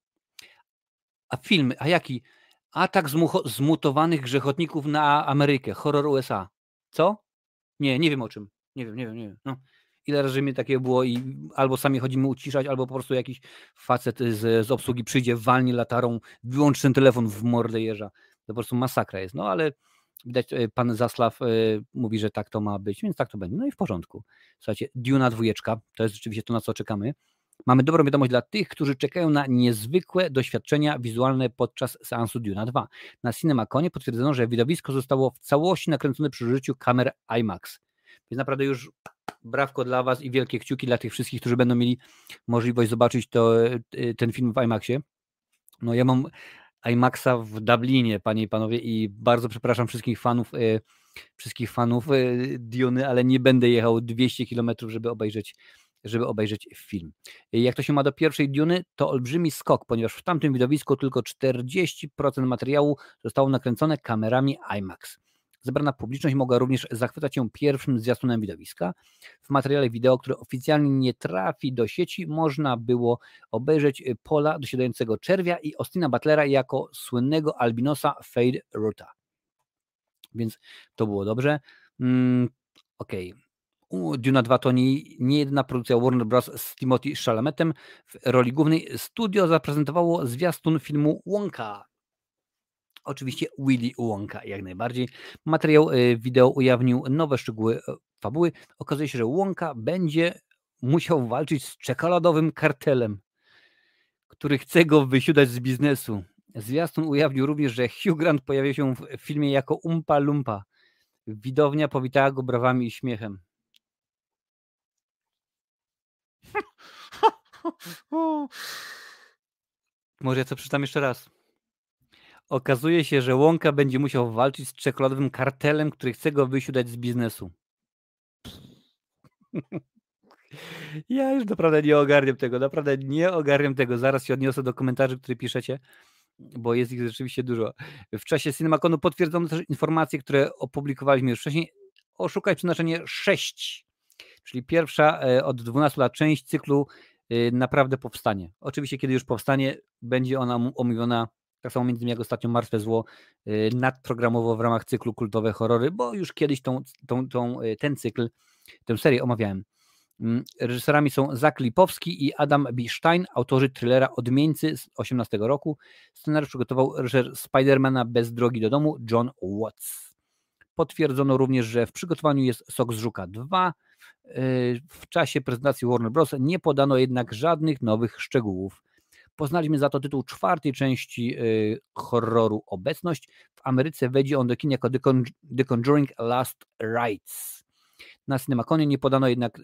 A filmy, a jaki? Atak zmutowanych grzechotników na Amerykę, horror USA. Co? Nie wiem o czym. Nie wiem. No. Ile razy mi takie było i albo sami chodzimy uciszać, albo po prostu jakiś facet z obsługi przyjdzie, walnie latarą, wyłączy ten telefon w mordę jeża. To po prostu masakra jest. No ale widać, pan Zaslaw mówi, że tak to ma być, więc tak to będzie. No i w porządku. Słuchajcie, Duna 2, to jest rzeczywiście to, na co czekamy. Mamy dobrą wiadomość dla tych, którzy czekają na niezwykłe doświadczenia wizualne podczas seansu Duna 2. Na CinemaConie potwierdzono, że widowisko zostało w całości nakręcone przy użyciu kamer IMAX. Więc naprawdę już brawko dla was i wielkie kciuki dla tych wszystkich, którzy będą mieli możliwość zobaczyć ten film w IMAXie. No ja mam IMAXa w Dublinie, panie i panowie, i bardzo przepraszam wszystkich fanów Duny, ale nie będę jechał 200 km, żeby obejrzeć film. Jak to się ma do pierwszej Duny, to olbrzymi skok, ponieważ w tamtym widowisku tylko 40% materiału zostało nakręcone kamerami IMAX. Zebrana publiczność mogła również zachwycać się pierwszym zwiastunem widowiska. W materiale wideo, który oficjalnie nie trafi do sieci, można było obejrzeć Paula dosiadającego czerwia i Austina Butlera jako słynnego albinosa Fade Ruta. Więc to było dobrze. Okej. Duna 2 to nie jedyna produkcja Warner Bros. Z Timothy Chalametem w roli głównej. Studio zaprezentowało zwiastun filmu Wonka. Oczywiście Willy Wonka, jak najbardziej. Materiał wideo ujawnił nowe szczegóły fabuły. Okazuje się, że Wonka będzie musiał walczyć z czekoladowym kartelem, który chce go wysiudać z biznesu. Zwiastun ujawnił również, że Hugh Grant pojawia się w filmie jako Umpa Lumpa. Widownia powitała go brawami i śmiechem. Może ja to przeczytam jeszcze raz. Okazuje się, że Wonka będzie musiał walczyć z czekoladowym kartelem, który chce go wysiudać z biznesu. Ja już naprawdę nie ogarniam tego. Zaraz się odniosę do komentarzy, które piszecie, bo jest ich rzeczywiście dużo. W czasie CinemaConu potwierdzono też informacje, które opublikowaliśmy już wcześniej. Oszukaj przeznaczenie 6, czyli pierwsza od 12 lat część cyklu naprawdę powstanie. Oczywiście, kiedy już powstanie, będzie ona omówiona tak samo między innymi jak ostatnio Martwe Zło nadprogramowo w ramach cyklu Kultowe Horrory, bo już kiedyś ten cykl, tę serię omawiałem. Reżyserami są Zach Lipowski i Adam B. Stein, autorzy thrillera Odmieńcy z 2018 roku. Scenariusz przygotował reżyser Spidermana Bez drogi do domu John Watts. Potwierdzono również, że w przygotowaniu jest Sok z Żuka 2. W czasie prezentacji Warner Bros. Nie podano jednak żadnych nowych szczegółów. Poznaliśmy za to tytuł 4. części horroru Obecność. W Ameryce wejdzie on do kin jako The Conjuring Last Rites. Na CinemaConie nie podano jednak,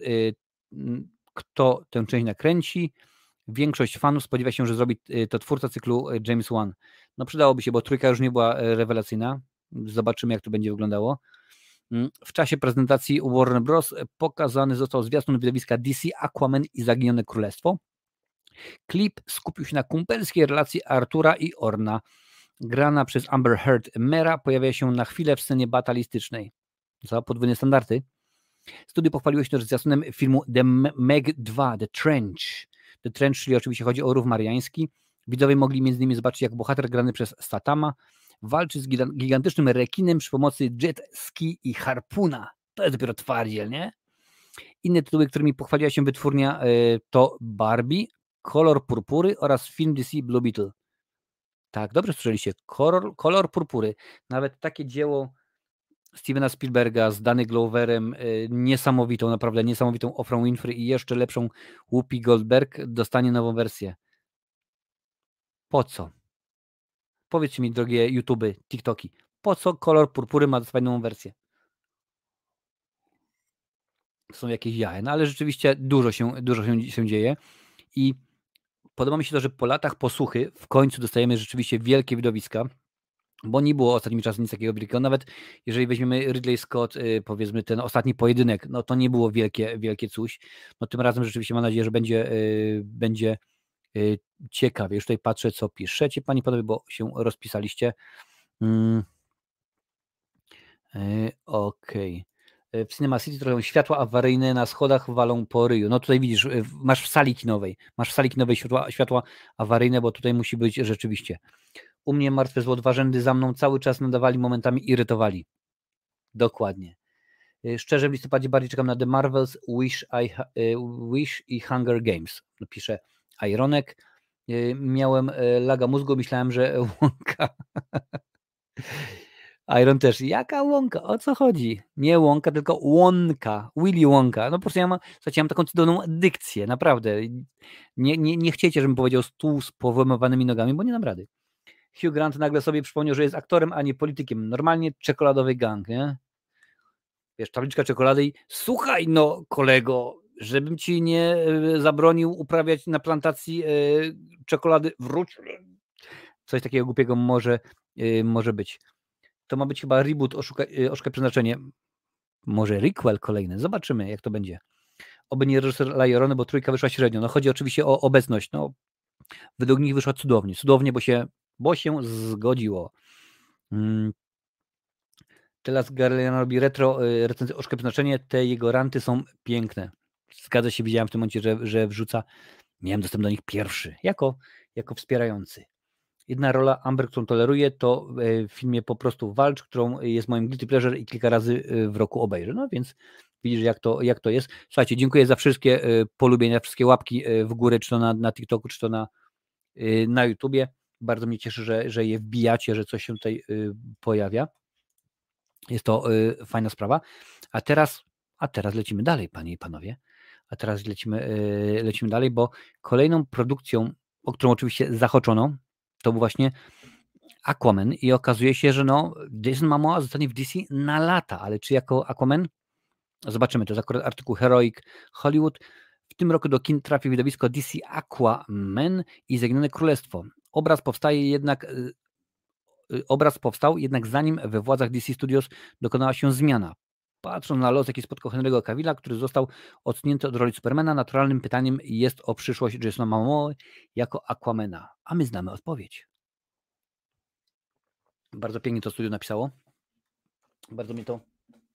kto tę część nakręci. Większość fanów spodziewa się, że zrobi to twórca cyklu James Wan. No przydałoby się, bo 3 już nie była rewelacyjna. Zobaczymy, jak to będzie wyglądało. W czasie prezentacji Warner Bros. Pokazany został zwiastun widowiska DC, Aquaman i Zaginione Królestwo. Klip skupił się na kumpelskiej relacji Artura i Orna. Grana przez Amber Heard Mera pojawia się na chwilę w scenie batalistycznej. Za podwójne standardy. Studio pochwaliło się też zwiastunem filmu The Meg 2, The Trench. The Trench, czyli oczywiście chodzi o rów mariański. Widzowie mogli m.in. zobaczyć, jak bohater grany przez Statama walczy z gigantycznym rekinem przy pomocy jet ski i harpuna. To jest dopiero twardziel, nie? Inne tytuły, którymi pochwaliła się wytwórnia, to Barbie, Kolor Purpury oraz film DC Blue Beetle. Tak, dobrze słyszeliście. Kolor Purpury. Nawet takie dzieło Stevena Spielberga z Danny Gloverem, naprawdę niesamowitą Oprah Winfrey i jeszcze lepszą Whoopi Goldberg dostanie nową wersję. Po co? Powiedzcie mi, drogie YouTube, TikToki, po co kolor purpury ma dostawać nową wersję? Są jakieś jaja, no ale rzeczywiście dużo się dzieje i podoba mi się to, że po latach posłuchy w końcu dostajemy rzeczywiście wielkie widowiska, bo nie było ostatnimi czasy nic takiego wielkiego. Nawet jeżeli weźmiemy Ridley Scott, powiedzmy ten ostatni pojedynek, no to nie było wielkie coś. No tym razem rzeczywiście mam nadzieję, że będzie ciekawie. Już tutaj patrzę, co piszecie, panie, panowie, bo się rozpisaliście. Okej. W Cinema City trochę światła awaryjne na schodach walą po ryju. No tutaj widzisz, masz w sali kinowej światła awaryjne, bo tutaj musi być rzeczywiście. U mnie Martwe Zło 2 rzędy za mną cały czas nadawali, momentami irytowali. Dokładnie. Szczerze w listopadzie bardziej czekam na The Marvels, Wish i Hunger Games. Pisze Ironek. Miałem laga mózgu, myślałem, że Łąka. Iron też. Jaka Łąka? O co chodzi? Nie Łąka, tylko Łąka. Willy Łąka. No po prostu ja mam taką cudowną dykcję, naprawdę. Nie chciecie, żebym powiedział stół z powłamywanymi nogami, bo nie dam rady. Hugh Grant nagle sobie przypomniał, że jest aktorem, a nie politykiem. Normalnie czekoladowy gang, nie? Wiesz, tabliczka czekolady i słuchaj, no kolego, żebym ci nie zabronił uprawiać na plantacji czekolady, wróć. Coś takiego głupiego może być. To ma być chyba reboot Oszukaj Przeznaczenie. Może requel kolejny. Zobaczymy, jak to będzie. Oby nie reżyser Lajorony, bo trójka wyszła średnio. No chodzi oczywiście o obecność. No, według nich wyszła cudownie. Cudownie, bo się zgodziło. Teraz Garliano robi retro recenzję Oszukaj Przeznaczenie. Te jego ranty są piękne. Zgadza się, widziałem w tym momencie, że wrzuca. Miałem dostęp do nich pierwszy, jako wspierający. Jedna rola Amber, którą toleruję, to w filmie Po prostu walcz, którą jest moim guilty pleasure i kilka razy w roku obejrzę. No więc widzisz, jak to jest. Słuchajcie, dziękuję za wszystkie polubienia, wszystkie łapki w górę, czy to na TikToku, czy to na YouTubie. Bardzo mnie cieszy, że je wbijacie, że coś się tutaj pojawia. Jest to fajna sprawa. A teraz lecimy dalej, panie i panowie. A teraz lecimy dalej, bo kolejną produkcją, o którą oczywiście zahaczono, to był właśnie Aquaman i okazuje się, że Jason Momoa zostanie w DC na lata, ale czy jako Aquaman? Zobaczymy, to jest akurat artykuł Heroic Hollywood. W tym roku do kin trafi widowisko DC Aquaman i Zaginione Królestwo. Obraz powstał, jednak zanim we władzach DC Studios dokonała się zmiana. Patrząc na los, jaki spotkał Henry'ego Cavilla, który został odsunięty od roli Supermana, naturalnym pytaniem jest o przyszłość Jasona Momoa jako Aquamana. A my znamy odpowiedź. Bardzo pięknie to studio napisało. Bardzo mi to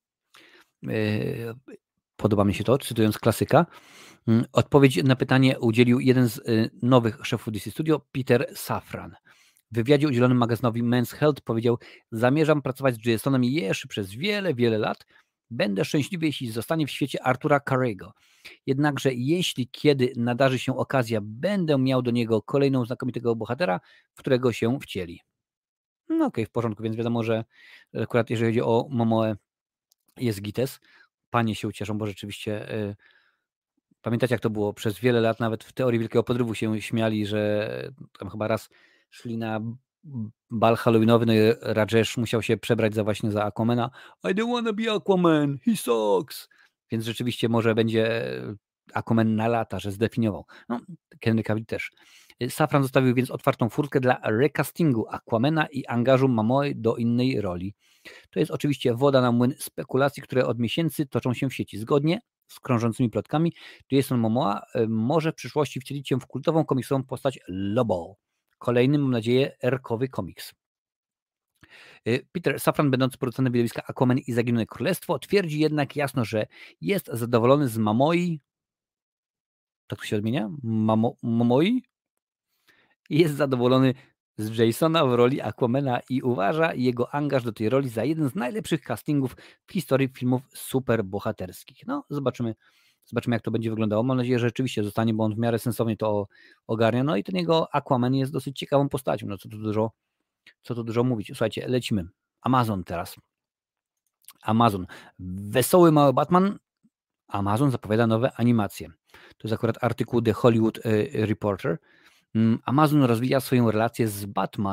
podoba mi się to, cytując klasyka. Odpowiedź na pytanie udzielił jeden z nowych szefów DC Studio, Peter Safran. W wywiadzie udzielonym magazynowi Men's Health powiedział: zamierzam pracować z Jasonem jeszcze przez wiele, wiele lat. Będę szczęśliwy, jeśli zostanie w świecie Artura Carrego. Jednakże jeśli kiedy nadarzy się okazja, będę miał do niego kolejną znakomitego bohatera, w którego się wcieli. No okej, w porządku, więc wiadomo, że akurat jeżeli chodzi o Momoę, jest gites. Panie się ucieszą, bo rzeczywiście pamiętacie, jak to było? Przez wiele lat nawet w teorii Wielkiego Podrywu się śmiali, że tam chyba raz szli na bal halloweenowy, no i Rajesh musiał się przebrać właśnie za Aquamana. I don't wanna be Aquaman, he sucks. Więc rzeczywiście może będzie Aquaman na lata, że zdefiniował. No, Henry Cavill też. Safran zostawił więc otwartą furtkę dla recastingu Aquamana i angażu Momoy do innej roli. To jest oczywiście woda na młyn spekulacji, które od miesięcy toczą się w sieci. Zgodnie z krążącymi plotkami, Jason Momoa może w przyszłości wcielić się w kultową komiksową postać Lobo. Kolejny, mam nadzieję, erkowy komiks. Peter Safran, będący producentem widowiska Aquaman i Zaginione Królestwo, twierdzi jednak jasno, że jest zadowolony z Momoi. Tak to się odmienia? Momoi? Jest zadowolony z Jasona w roli Aquamana i uważa jego angaż do tej roli za jeden z najlepszych castingów w historii filmów superbohaterskich. No, zobaczymy, jak to będzie wyglądało. Mam nadzieję, że rzeczywiście zostanie, bo on w miarę sensownie to ogarnia. No i ten jego Aquaman jest dosyć ciekawą postacią. No, co tu dużo mówić. Słuchajcie, lecimy. Amazon teraz. Amazon. Wesoły mały Batman. Amazon zapowiada nowe animacje. To jest akurat artykuł The Hollywood Reporter. Amazon rozwija swoją relację z Batmanem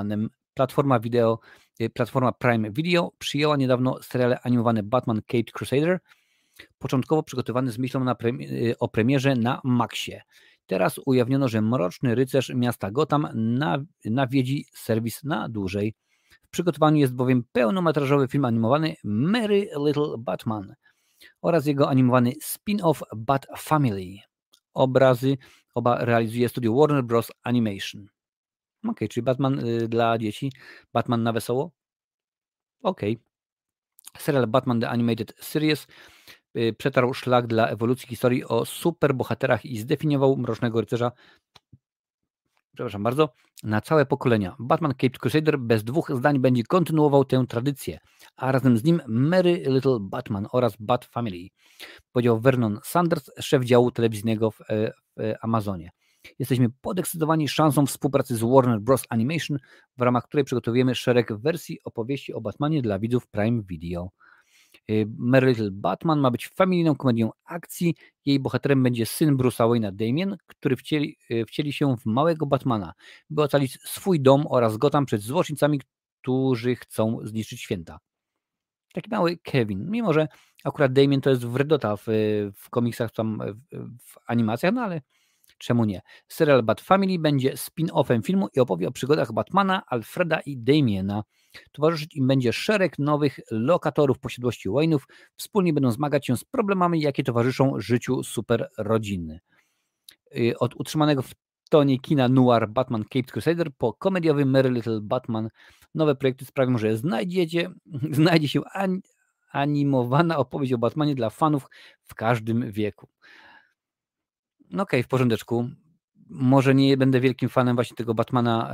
Platforma Prime Video przyjęła niedawno seriale animowane Batman Caped Crusader, początkowo przygotowany z myślą o premierze na Maxie. Teraz ujawniono, że Mroczny Rycerz miasta Gotham nawiedzi serwis na dłużej. W przygotowaniu jest bowiem pełnometrażowy film animowany Merry Little Batman oraz jego animowany spin-off Bat Family. Obrazy oba realizuje studio Warner Bros. Animation. Ok, czyli Batman dla dzieci, Batman na wesoło? Ok. Serial Batman The Animated Series przetarł szlak dla ewolucji historii o superbohaterach i zdefiniował Mrocznego Rycerza, przepraszam bardzo, na całe pokolenia. Batman Caped Crusader bez dwóch zdań będzie kontynuował tę tradycję, a razem z nim Merry Little Batman oraz Bat Family, powiedział Vernon Sanders, szef działu telewizyjnego w Amazonie. Jesteśmy podekscytowani szansą współpracy z Warner Bros. Animation, w ramach której przygotowujemy szereg wersji opowieści o Batmanie dla widzów Prime Video. Merry Little Batman ma być familijną komedią akcji. Jej bohaterem będzie syn Bruce'a Wayne'a, Damien, który wcieli się w małego Batmana, by ocalić swój dom oraz Gotham przed złoczyńcami, którzy chcą zniszczyć święta. Taki mały Kevin, mimo że akurat Damien to jest wredota w komiksach, tam w animacjach, no ale czemu nie? Serial Bat Family będzie spin-offem filmu i opowie o przygodach Batmana, Alfreda i Damiena. Towarzyszyć im będzie szereg nowych lokatorów posiadłości Wayne'ów. Wspólnie będą zmagać się z problemami, jakie towarzyszą życiu super rodziny. Od utrzymanego w tonie kina noir Batman Caped Crusader po komediowy Merry Little Batman nowe projekty sprawią, że znajdzie się animowana opowieść o Batmanie dla fanów w każdym wieku. No okej, w porządeczku. Może nie będę wielkim fanem właśnie tego Batmana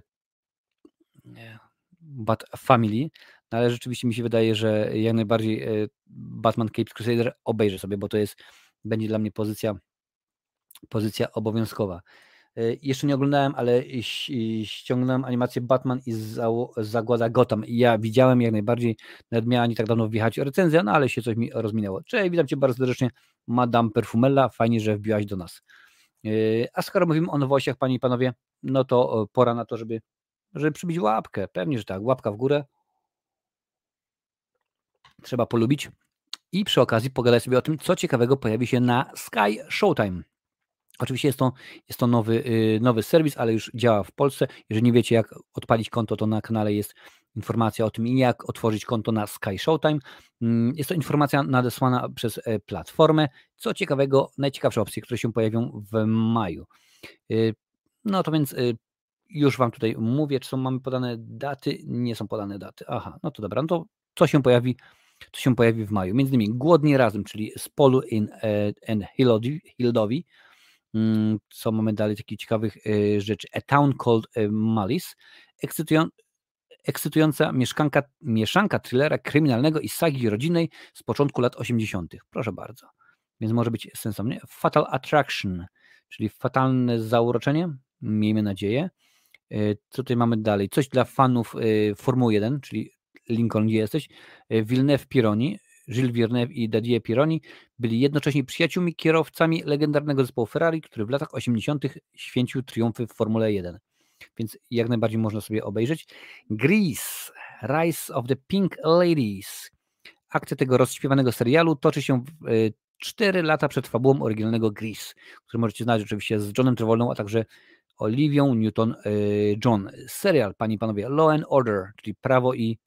Bat Family, ale rzeczywiście mi się wydaje, że jak najbardziej Batman Caped Crusader obejrzę sobie, bo to będzie dla mnie pozycja obowiązkowa. Jeszcze nie oglądałem, ale ściągnąłem animację Batman i Zagłada Gotham i ja widziałem jak najbardziej, nawet miała nie tak dawno wjechać recenzja, no ale się coś mi rozminęło. Cześć, witam Cię bardzo serdecznie, Madame Perfumella, fajnie, że wbiłaś do nas. A skoro mówimy o nowościach, Panie i Panowie, no to pora na to, żeby przybić łapkę. Pewnie, że tak, łapka w górę. Trzeba polubić. I przy okazji pogadać sobie o tym, co ciekawego pojawi się na Sky Showtime. Oczywiście jest to nowy serwis, ale już działa w Polsce. Jeżeli nie wiecie, jak odpalić konto, to na kanale jest informacja o tym, jak otworzyć konto na Sky Showtime. Jest to informacja nadesłana przez platformę. Co ciekawego, najciekawsze opcje, które się pojawią w maju. No to więc już Wam tutaj mówię, czy mamy podane daty. Nie są podane daty. Aha, no to dobra. No to co się pojawi w maju? Między innymi Głodni Razem, czyli z Polu and Hildowi. Co mamy dalej takich ciekawych rzeczy? A Town Called Malice. Ekscytująca mieszanka thrillera kryminalnego i sagi rodzinnej z początku lat 80. Proszę bardzo. Więc może być sensownie. Fatal Attraction, czyli fatalne zauroczenie. Miejmy nadzieję. Co tutaj mamy dalej? Coś dla fanów Formuły 1, czyli Lincoln, gdzie jesteś? Villeneuve-Pironi, Gilles Villeneuve i Didier Pironi byli jednocześnie przyjaciółmi kierowcami legendarnego zespołu Ferrari, który w latach 80. święcił triumfy w Formule 1. Więc jak najbardziej można sobie obejrzeć. Grease, Rise of the Pink Ladies. Akcja tego rozśpiewanego serialu toczy się 4 lata przed fabułą oryginalnego Grease, który możecie znać oczywiście z Johnem Travoltą, a także Olivią Newton-John. Serial, Panie i Panowie, Law and Order, czyli Prawo i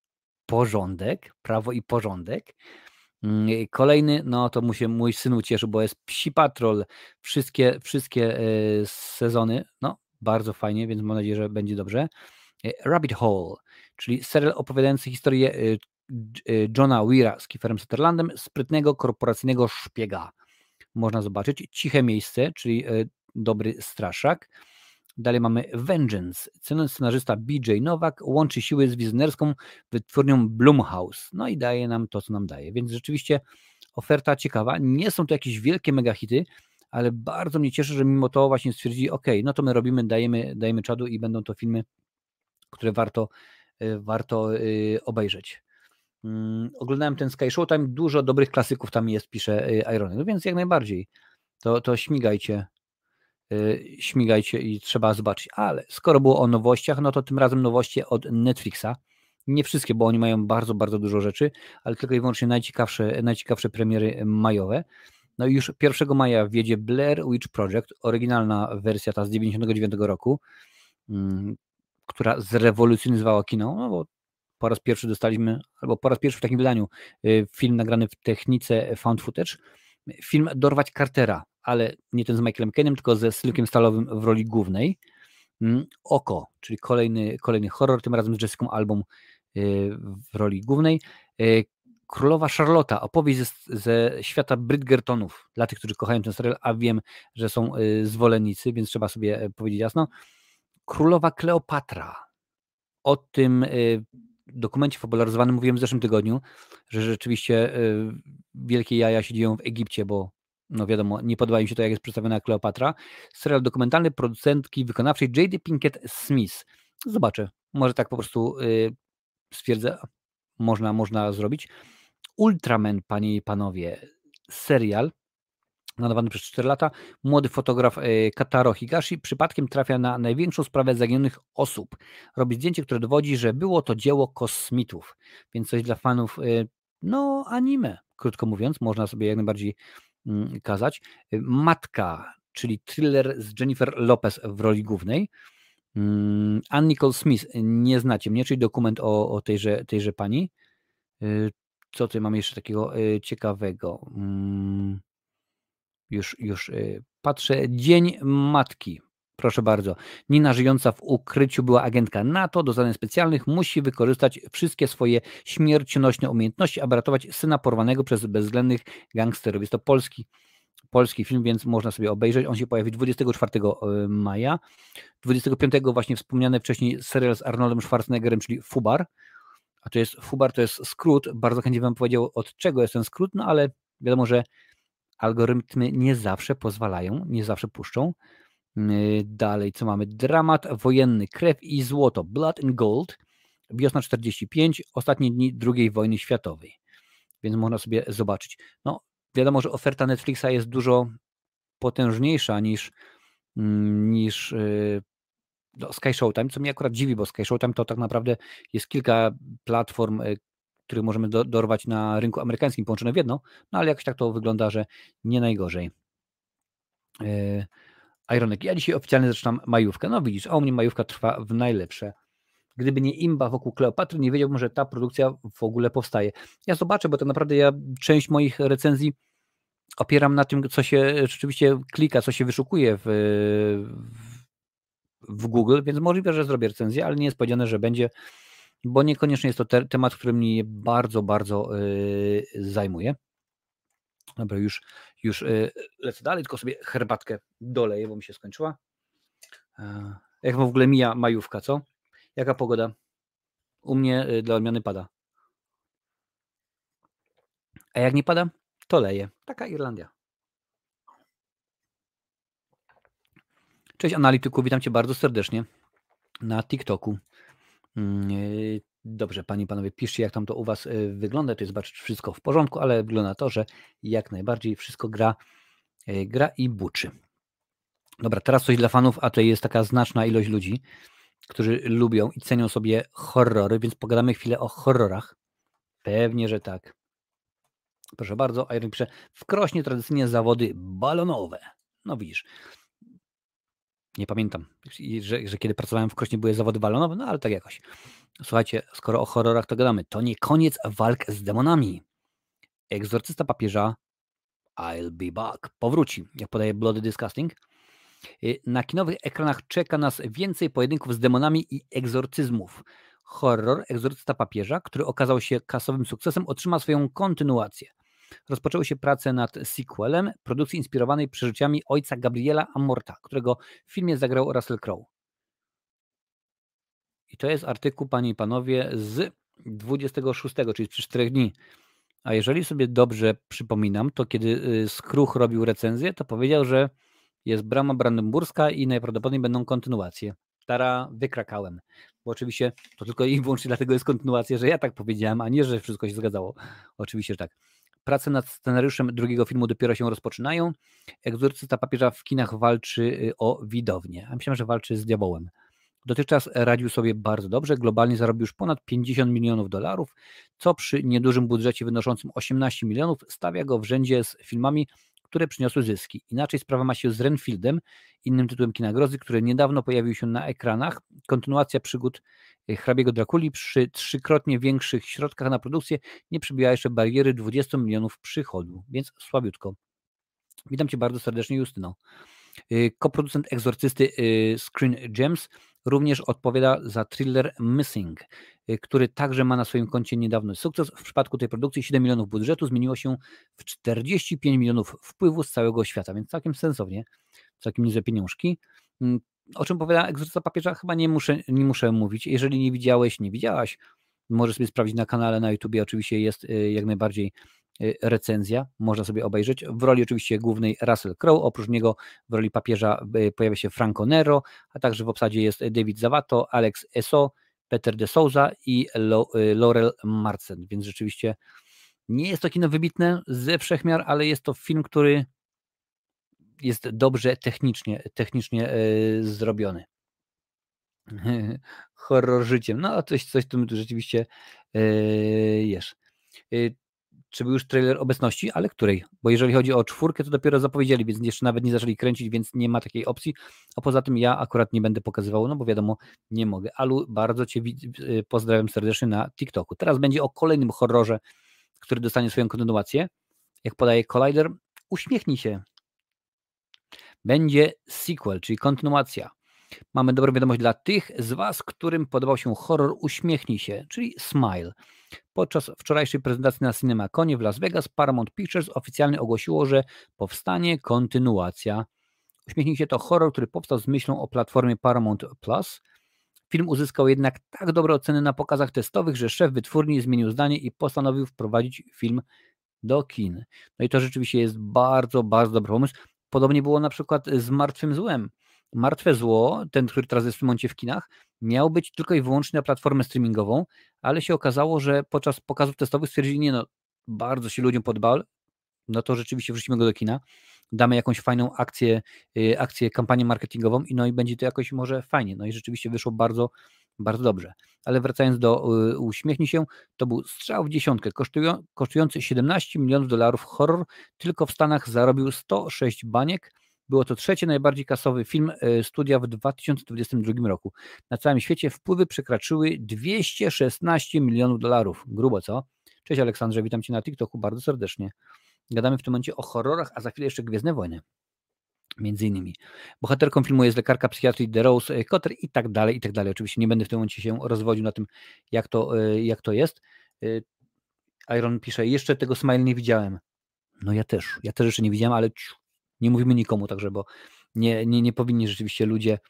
Porządek. Kolejny, no to mój syn ucieszył, bo jest Psi Patrol. Wszystkie sezony, no bardzo fajnie, więc mam nadzieję, że będzie dobrze. Rabbit Hole, czyli serial opowiadający historię Johna Weira z Kieferem Sutherlandem, sprytnego korporacyjnego szpiega. Można zobaczyć. Ciche miejsce, czyli dobry straszak. Dalej mamy Vengeance. Scenarzysta BJ Nowak łączy siły z wizjonerską wytwórnią Blumhouse. No i daje nam to, co nam daje. Więc rzeczywiście oferta ciekawa. Nie są to jakieś wielkie megahity, ale bardzo mnie cieszy, że mimo to właśnie stwierdzili, ok, no to my robimy, dajemy czadu i będą to filmy, które warto obejrzeć. Oglądałem ten Sky Showtime, dużo dobrych klasyków tam jest, pisze Iron. No więc jak najbardziej. To śmigajcie. śmigajcie i trzeba zobaczyć. Ale skoro było o nowościach, no to tym razem nowości od Netflixa. Nie wszystkie, bo oni mają bardzo, bardzo dużo rzeczy, ale tylko i wyłącznie najciekawsze premiery majowe. No i już 1 maja wjedzie Blair Witch Project, oryginalna wersja ta z 1999 roku, która zrewolucjonizowała kino, no bo po raz pierwszy dostaliśmy, albo po raz pierwszy w takim wydaniu, film nagrany w technice found footage, film Dorwać Cartera, ale nie ten z Michaelem Caine'em, tylko ze Silkiem Stalowym w roli głównej. Oko, czyli kolejny horror, tym razem z Jessicą Albą w roli głównej. Królowa Charlotta, opowieść ze świata Bridgertonów, dla tych, którzy kochają ten serial, a wiem, że są zwolennicy, więc trzeba sobie powiedzieć jasno. Królowa Kleopatra. O tym dokumencie fabularyzowanym mówiłem w zeszłym tygodniu, że rzeczywiście wielkie jaja się dzieją w Egipcie, bo no wiadomo, nie podoba mi się to, jak jest przedstawiona Kleopatra. Serial dokumentalny producentki wykonawczej J.D. Pinkett Smith. Zobaczę, może tak po prostu stwierdzę, można zrobić. Ultraman, panie i panowie, serial nadawany przez 4 lata. Młody fotograf Kataro Higashi przypadkiem trafia na największą sprawę zaginionych osób. Robi zdjęcie, które dowodzi, że było to dzieło kosmitów, więc coś dla fanów no anime, krótko mówiąc, można sobie jak najbardziej kazać. Matka, czyli thriller z Jennifer Lopez w roli głównej. Ann Nicole Smith, nie znacie mnie, czyli dokument o tejże pani. Co tutaj mamy jeszcze takiego ciekawego? Już patrzę. Dzień Matki. Proszę bardzo. Nina, żyjąca w ukryciu, była agentka NATO. Do zadań specjalnych musi wykorzystać wszystkie swoje śmiercionośne umiejętności, aby ratować syna porwanego przez bezwzględnych gangsterów. Jest to polski film, więc można sobie obejrzeć. On się pojawi 24 maja. 25 właśnie wspomniany wcześniej serial z Arnoldem Schwarzeneggerem, czyli Fubar. A to jest Fubar, to jest skrót. Bardzo chętnie bym powiedział, od czego jest ten skrót, no ale wiadomo, że algorytmy nie zawsze pozwalają, nie zawsze puszczą. Dalej, co mamy? Dramat wojenny, Krew i złoto, Blood and Gold, wiosna 45, ostatnie dni II wojny światowej. Więc można sobie zobaczyć. No, wiadomo, że oferta Netflixa jest dużo potężniejsza niż Sky Showtime, co mnie akurat dziwi, bo Sky Showtime to tak naprawdę jest kilka platform, których możemy dorwać na rynku amerykańskim, połączone w jedno, no ale jakoś tak to wygląda, że nie najgorzej. Ironek, ja dzisiaj oficjalnie zaczynam majówkę. No widzisz, a u mnie majówka trwa w najlepsze. Gdyby nie imba wokół Kleopatry, nie wiedziałbym, że ta produkcja w ogóle powstaje. Ja zobaczę, bo tak naprawdę ja część moich recenzji opieram na tym, co się rzeczywiście klika, co się wyszukuje w Google, więc możliwe, że zrobię recenzję, ale nie jest powiedziane, że będzie, bo niekoniecznie jest to temat, który mnie bardzo, bardzo zajmuje. Dobra, już lecę dalej, tylko sobie herbatkę doleję, bo mi się skończyła. Jak w ogóle mija majówka, co? Jaka pogoda? U mnie dla odmiany pada. A jak nie pada, to leje. Taka Irlandia. Cześć analityku, witam Cię bardzo serdecznie na TikToku. Dobrze, panie i panowie, piszcie, jak tam to u was wygląda, to jest zobaczyć wszystko w porządku, ale wygląda to, że jak najbardziej wszystko gra i buczy. Dobra, teraz coś dla fanów, a to jest taka znaczna ilość ludzi, którzy lubią i cenią sobie horrory, więc pogadamy chwilę o horrorach. Pewnie, że tak. Proszę bardzo, Iron pisze, w Krośnie tradycyjnie zawody balonowe. No widzisz, nie pamiętam, że kiedy pracowałem w Krośnie były zawody balonowe, no ale tak jakoś. Słuchajcie, skoro o horrorach to gadamy, to nie koniec walk z demonami. Egzorcysta papieża I'll be back powróci, jak podaje Bloody Disgusting. Na kinowych ekranach czeka nas więcej pojedynków z demonami i egzorcyzmów. Horror Egzorcysta papieża, który okazał się kasowym sukcesem, otrzyma swoją kontynuację. Rozpoczęły się prace nad sequelem produkcji inspirowanej przeżyciami ojca Gabriela Amorta, którego w filmie zagrał Russell Crowe. I to jest artykuł, panie i panowie, z 26, czyli sprzed 4 dni. A jeżeli sobie dobrze przypominam, to kiedy Skruch robił recenzję, to powiedział, że jest Brama Brandenburska i najprawdopodobniej będą kontynuacje. Tara, wykrakałem. Bo oczywiście to tylko i wyłącznie dlatego jest kontynuacja, że ja tak powiedziałem, a nie, że wszystko się zgadzało. Oczywiście, że tak. prace nad scenariuszem drugiego filmu dopiero się rozpoczynają. Egzorcysta papieża w kinach walczy o widownię. A myślałem, że walczy z diabełem. Dotychczas radził sobie bardzo dobrze, globalnie zarobił już ponad 50 milionów dolarów, co przy niedużym budżecie wynoszącym 18 milionów stawia go w rzędzie z filmami, które przyniosły zyski. Inaczej sprawa ma się z Renfieldem, innym tytułem kina grozy, który niedawno pojawił się na ekranach. Kontynuacja przygód hrabiego Drakuli przy trzykrotnie większych środkach na produkcję nie przebijała jeszcze bariery 20 milionów przychodu, więc słabiutko. Witam Cię bardzo serdecznie, Justyno. Koproducent Egzorcysty Screen Gems również odpowiada za thriller Missing, który także ma na swoim koncie niedawny sukces. W przypadku tej produkcji 7 milionów budżetu zmieniło się w 45 milionów wpływu z całego świata, więc całkiem sensownie, całkiem niezłe pieniążki. O czym opowiada Egzorcysta papieża? Chyba nie muszę mówić. Jeżeli nie widziałeś, nie widziałaś, możesz sobie sprawdzić na kanale na YouTubie, oczywiście jest jak najbardziej recenzja, można sobie obejrzeć. W roli oczywiście głównej Russell Crowe, oprócz niego w roli papieża pojawia się Franco Nero, a także w obsadzie jest David Zavato, Alex Essoe, Peter de Souza i Laurel Marcen, więc rzeczywiście nie jest to kino wybitne ze wszechmiar, ale jest to film, który jest dobrze technicznie zrobiony. Horror życiem, no coś tu rzeczywiście jest. Czy był już trailer obecności, ale której? Bo jeżeli chodzi o 4, to dopiero zapowiedzieli, więc jeszcze nawet nie zaczęli kręcić, więc nie ma takiej opcji, a poza tym ja akurat nie będę pokazywał, no bo wiadomo, nie mogę. Alu, bardzo Cię pozdrawiam serdecznie na TikToku. Teraz będzie o kolejnym horrorze, który dostanie swoją kontynuację. Jak podaje Collider, uśmiechnij się. Będzie sequel, czyli kontynuacja. Mamy dobrą wiadomość dla tych z Was, którym podobał się horror Uśmiechnij się, czyli Smile. Podczas wczorajszej prezentacji na CinemaConie w Las Vegas Paramount Pictures oficjalnie ogłosiło, że powstanie kontynuacja. Uśmiechnij się to horror, który powstał z myślą o platformie Paramount Plus. Film uzyskał jednak tak dobre oceny na pokazach testowych, że szef wytwórni zmienił zdanie i postanowił wprowadzić film do kin. No i to rzeczywiście jest bardzo, bardzo dobry pomysł. Podobnie było na przykład z Martwym Złem. Martwe Zło, ten, który teraz jest w tym momencie w kinach, miał być tylko i wyłącznie na platformę streamingową, ale się okazało, że podczas pokazów testowych stwierdzili, nie no, bardzo się ludziom podobał, no to rzeczywiście wrzucimy go do kina, damy jakąś fajną akcję, kampanię marketingową i no i będzie to jakoś może fajnie. No i rzeczywiście wyszło bardzo, bardzo dobrze. Ale wracając do Uśmiechnij się, to był strzał w dziesiątkę, kosztujący 17 milionów dolarów horror, tylko w Stanach zarobił 106 baniek. Było to trzeci najbardziej kasowy film studia w 2022 roku. Na całym świecie wpływy przekraczyły 216 milionów dolarów. Grubo, co? Cześć Aleksandrze, witam Cię na TikToku bardzo serdecznie. Gadamy w tym momencie o horrorach, a za chwilę jeszcze Gwiezdne Wojny. Między innymi. Bohaterką filmu jest lekarka psychiatrii DeRose Cotter i tak dalej, i tak dalej. Oczywiście nie będę w tym momencie się rozwodził na tym, jak to jest. Iron pisze, jeszcze tego Smile nie widziałem. No ja też jeszcze nie widziałem, ale nie mówimy nikomu, także, bo nie powinni rzeczywiście ludzie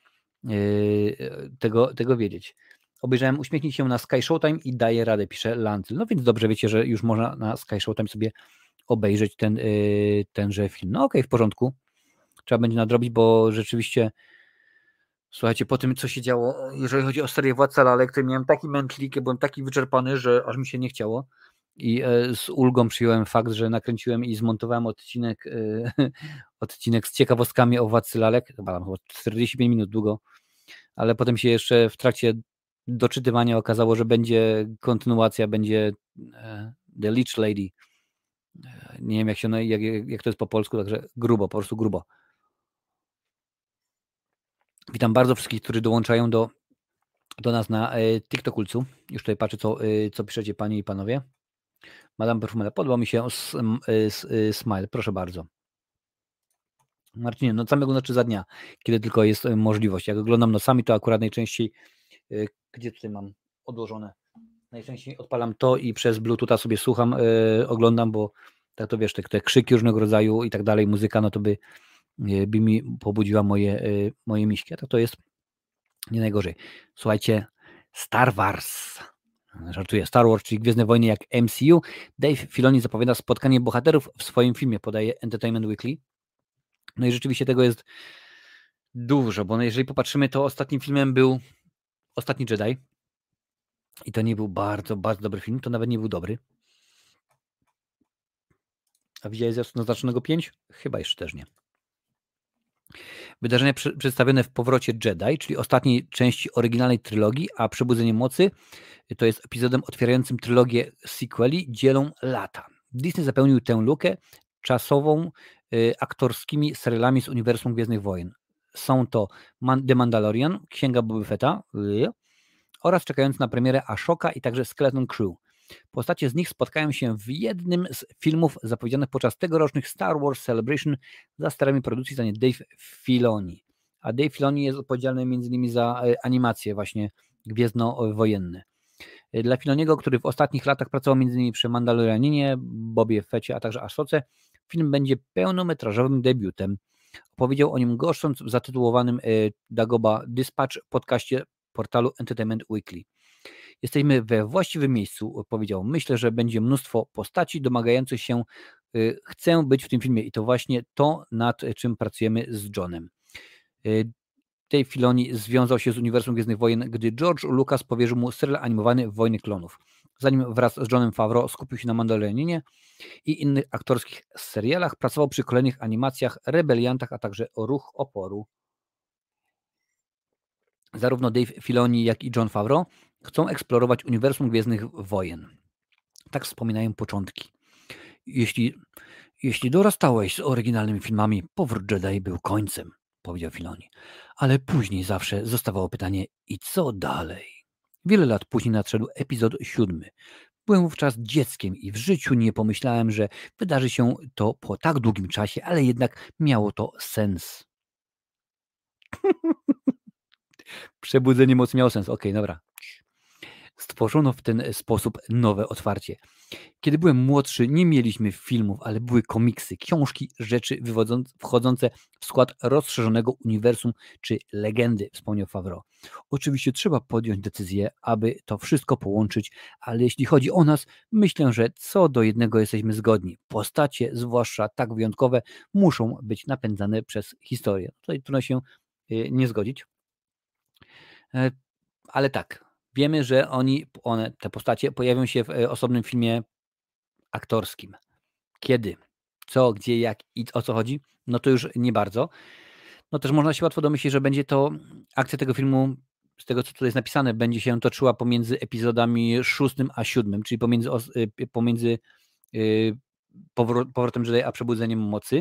tego wiedzieć. Obejrzałem Uśmiechnij się na Sky Showtime i daje radę, pisze Lantyl. No więc dobrze wiecie, że już można na Sky Showtime sobie obejrzeć tenże film. No okej, w porządku. Trzeba będzie nadrobić, bo rzeczywiście słuchajcie, po tym co się działo, jeżeli chodzi o serię Władca Lalek, to miałem taki mętlik, ja byłem taki wyczerpany, że aż mi się nie chciało i z ulgą przyjąłem fakt, że nakręciłem i zmontowałem odcinek z ciekawostkami o Władcy Lalek, chyba 45 minut długo, ale potem się jeszcze w trakcie doczytywania okazało, że będzie kontynuacja, będzie The Leech Lady. Nie wiem jak to jest po polsku, także grubo, po prostu grubo. Witam bardzo wszystkich, którzy dołączają do nas na TikTokulcu. Już tutaj patrzę, co piszecie panie i panowie. Madame Perfumela, podobał mi się Smile, proszę bardzo. Marcinie, no samego nocy za dnia, kiedy tylko jest możliwość. Jak oglądam nocami, to akurat najczęściej, gdzie tutaj mam odłożone, najczęściej odpalam to i przez Bluetootha sobie słucham, oglądam, bo tak to wiesz, te krzyki różnego rodzaju i tak dalej, muzyka, no to by mi pobudziła moje miśki, a to jest nie najgorzej. Słuchajcie, Star Wars. Żartuję. Star Wars, czyli Gwiezdne Wojny jak MCU. Dave Filoni zapowiada spotkanie bohaterów w swoim filmie, podaje Entertainment Weekly. No i rzeczywiście tego jest dużo, bo jeżeli popatrzymy, to ostatnim filmem był Ostatni Jedi. I to nie był bardzo, bardzo dobry film, to nawet nie był dobry. A widziałeś Zwiastun Naznaczonego 5? Chyba jeszcze też nie. Wydarzenia przedstawione w Powrocie Jedi, czyli ostatniej części oryginalnej trylogii, a Przebudzenie Mocy to jest epizodem otwierającym trylogię sequeli, dzielą lata. Disney zapełnił tę lukę czasową aktorskimi serialami z uniwersum Gwiezdnych Wojen. Są to The Mandalorian, Księga Boba Fetta oraz czekając na premierę Ashoka i także Skeleton Crew. Postacie z nich spotkają się w jednym z filmów zapowiedzianych podczas tegorocznych Star Wars Celebration za sterami produkcji stanie Dave Filoni. A Dave Filoni jest odpowiedzialny m.in. za animacje właśnie gwiezdnowojenne. Dla Filoniego, który w ostatnich latach pracował m.in. przy Mandalorianinie, Bobie Fecie, a także Ashoce, film będzie pełnometrażowym debiutem. Powiedział o nim goszcząc w zatytułowanym Dagoba Dispatch podcaście portalu Entertainment Weekly. Jesteśmy we właściwym miejscu, powiedział. Myślę, że będzie mnóstwo postaci domagających się, chcę być w tym filmie i to właśnie to, nad czym pracujemy z Johnem. Dave Filoni związał się z uniwersum Gwiezdnych Wojen, gdy George Lucas powierzył mu serial animowany Wojny Klonów. Zanim wraz z Johnem Favreau skupił się na Mandalorianinie i innych aktorskich serialach, pracował przy kolejnych animacjach, Rebeliantach, a także o Ruch Oporu. Zarówno Dave Filoni, jak i Jon Favreau chcą eksplorować uniwersum Gwiezdnych Wojen. Tak wspominają początki. Jeśli dorastałeś z oryginalnymi filmami, Powrót Jedi był końcem, powiedział Filoni. Ale później zawsze zostawało pytanie, i co dalej? Wiele lat później nadszedł epizod 7. Byłem wówczas dzieckiem i w życiu nie pomyślałem, że wydarzy się to po tak długim czasie, ale jednak miało to sens. Przebudzenie mocy miało sens. Okej, dobra. Stworzono w ten sposób nowe otwarcie. Kiedy byłem młodszy, nie mieliśmy filmów, ale były komiksy, książki, rzeczy wchodzące w skład rozszerzonego uniwersum czy legendy, wspomniał Favreau. Oczywiście trzeba podjąć decyzję, aby to wszystko połączyć, ale jeśli chodzi o nas, myślę, że co do jednego jesteśmy zgodni. Postacie, zwłaszcza tak wyjątkowe, muszą być napędzane przez historię. Tutaj trudno się nie zgodzić. Ale tak, wiemy, że te postacie pojawią się w osobnym filmie aktorskim. Kiedy, co, gdzie, jak i o co chodzi, no to już nie bardzo. No też można się łatwo domyślić, że będzie to akcja tego filmu, z tego co tutaj jest napisane, będzie się toczyła pomiędzy epizodami 6 a 7, czyli pomiędzy Powrotem Jedi a Przebudzeniem Mocy.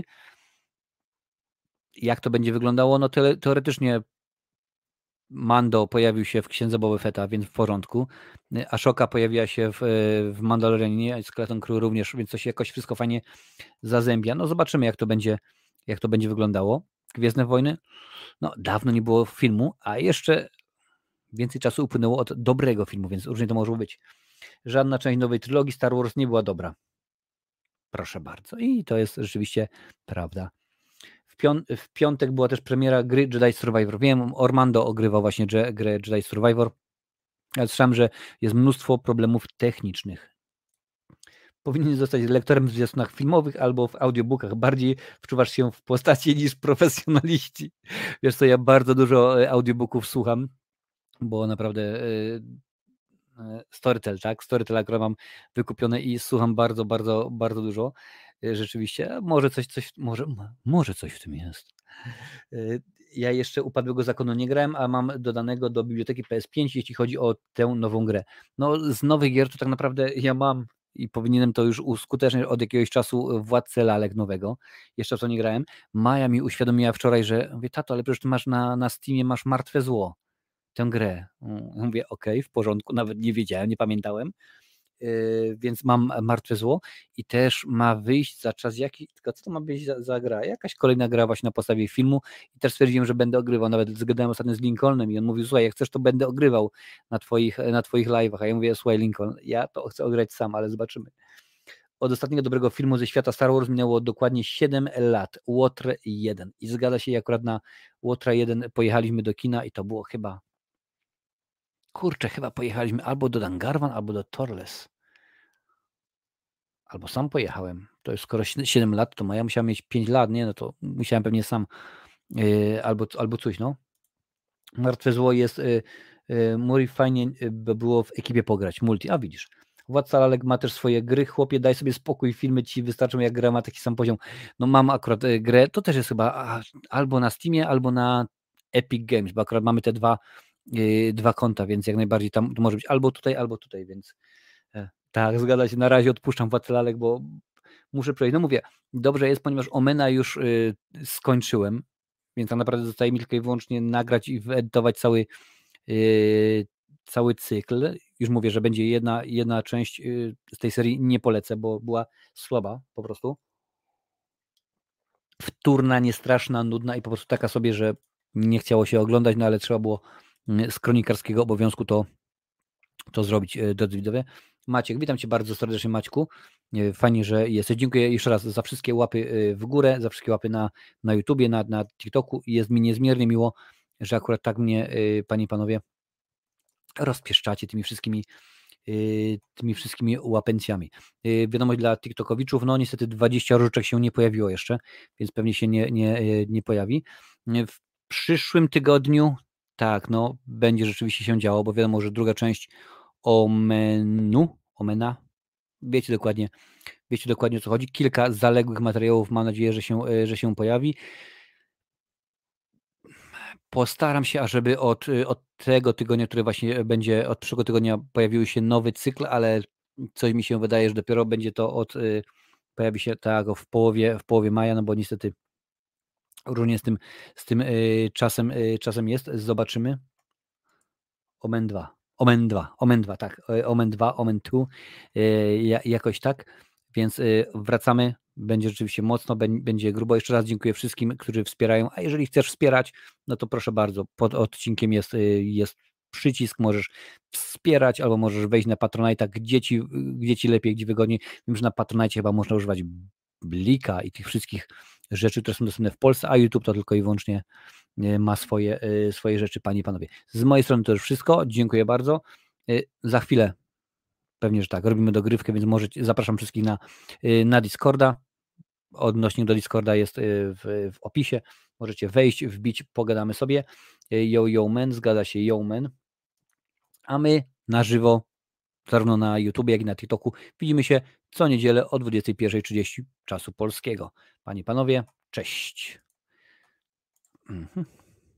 Jak to będzie wyglądało? No teoretycznie Mando pojawił się w Księdze Boba Fetta, więc w porządku. Ashoka pojawiła się w Mandalorianie, Skeleton Crew również, więc to się jakoś wszystko fajnie zazębia. No zobaczymy, jak to będzie wyglądało. Gwiezdne Wojny? No dawno nie było filmu, a jeszcze więcej czasu upłynęło od dobrego filmu, więc różnie to może być. Żadna część nowej trylogii Star Wars nie była dobra. Proszę bardzo. I to jest rzeczywiście prawda. W piątek była też premiera gry Jedi Survivor. Wiem, Ormando ogrywał właśnie grę Jedi Survivor. Ale słyszałem, że jest mnóstwo problemów technicznych. Powinien zostać lektorem w zwiastunach filmowych albo w audiobookach. Bardziej wczuwasz się w postaci niż profesjonaliści. Wiesz co, ja bardzo dużo audiobooków słucham, bo naprawdę Storytel, tak? Storytel akurat mam wykupione i słucham bardzo, bardzo, bardzo dużo. Rzeczywiście, może coś w tym jest. Ja jeszcze Upadłego Zakonu nie grałem, a mam dodanego do biblioteki PS5, jeśli chodzi o tę nową grę. No z nowych gier to tak naprawdę ja mam i powinienem to już uskutecznić od jakiegoś czasu Władcę Lalek nowego. Jeszcze w to nie grałem. Maja mi uświadomiła wczoraj, że mówię, tato, ale przecież ty masz na Steamie masz Martwe Zło, tę grę. Mówię, okej, w porządku, nawet nie wiedziałem, nie pamiętałem. Więc mam Martwe Zło i też ma wyjść za czas jakiś, tylko co to ma być za gra? Jakaś kolejna gra właśnie na podstawie filmu i też stwierdziłem, że będę ogrywał, nawet zgadałem ostatnio z Lincolnem i on mówił, słuchaj, jak chcesz, to będę ogrywał na twoich live'ach, a ja mówię, słuchaj Lincoln, ja to chcę ograć sam, ale zobaczymy. Od ostatniego dobrego filmu ze świata Star Wars minęło dokładnie 7 lat, Łotr 1 i zgadza się, akurat na Łotra 1 pojechaliśmy do kina i to było chyba pojechaliśmy albo do Dangarwan, albo do Torles. Albo sam pojechałem. To już skoro 7 lat, to ja musiałem mieć 5 lat, nie? No to musiałem pewnie sam albo coś, no. Martwe Zło jest Muri fajnie by było w ekipie pograć. Multi, a widzisz. Władca Lalek ma też swoje gry. Chłopie, daj sobie spokój, filmy ci wystarczą, jak gra ma taki sam poziom. No mam akurat grę, to też jest chyba albo na Steamie, albo na Epic Games, bo akurat mamy te dwa konta, więc jak najbardziej tam to może być albo tutaj, więc tak, zgadza się. Na razie odpuszczam Władcę Lalek, bo muszę przejść. No mówię, dobrze jest, ponieważ Omena już skończyłem, więc tak naprawdę zostaje mi tylko i wyłącznie nagrać i wyedytować cały cykl. Już mówię, że będzie jedna część z tej serii, nie polecę, bo była słaba po prostu. Wtórna, niestraszna, nudna i po prostu taka sobie, że nie chciało się oglądać, no ale trzeba było z kronikarskiego obowiązku to zrobić, drodzy widzowie. Maciek, witam Cię bardzo serdecznie, Maćku. Fajnie, że jesteś. Dziękuję jeszcze raz za wszystkie łapy w górę, za wszystkie łapy na YouTubie, na TikToku. Jest mi niezmiernie miło, że akurat tak mnie, panie i panowie, rozpieszczacie tymi wszystkimi łapencjami. Wiadomość dla TikTokowiczów, no niestety 20 różyczek się nie pojawiło jeszcze, więc pewnie się nie pojawi. W przyszłym tygodniu, tak, no będzie rzeczywiście się działo, bo wiadomo, że druga część Omena, wiecie dokładnie o co chodzi. Kilka zaległych materiałów, mam nadzieję, że się pojawi. Postaram się, ażeby od tego tygodnia, który właśnie będzie, od przyszłego tygodnia pojawił się nowy cykl, ale coś mi się wydaje, że dopiero będzie to pojawi się tak w połowie maja, no bo niestety różnie z tym czasem jest. Zobaczymy. Omen 2, tak. Omen 2, Omen 2, jakoś tak. Więc wracamy. Będzie rzeczywiście mocno, będzie grubo. Jeszcze raz dziękuję wszystkim, którzy wspierają. A jeżeli chcesz wspierać, no to proszę bardzo. Pod odcinkiem jest przycisk, możesz wspierać, albo możesz wejść na Patronite'a, gdzie ci lepiej, gdzie wygodniej. Wiem, że na Patronite chyba można używać Blika i tych wszystkich rzeczy, które są dostępne w Polsce, a YouTube to tylko i wyłącznie ma swoje rzeczy, panie i panowie. Z mojej strony to już wszystko. Dziękuję bardzo. Za chwilę, pewnie, że tak, robimy dogrywkę, więc zapraszam wszystkich na Discorda. Odnośnik do Discorda jest w opisie. Możecie wejść, wbić, pogadamy sobie. Yo man, zgadza się, yo man. A my na żywo, zarówno na YouTube, jak i na TikToku, widzimy się co niedzielę o 21:30 czasu polskiego. Panie i panowie, cześć.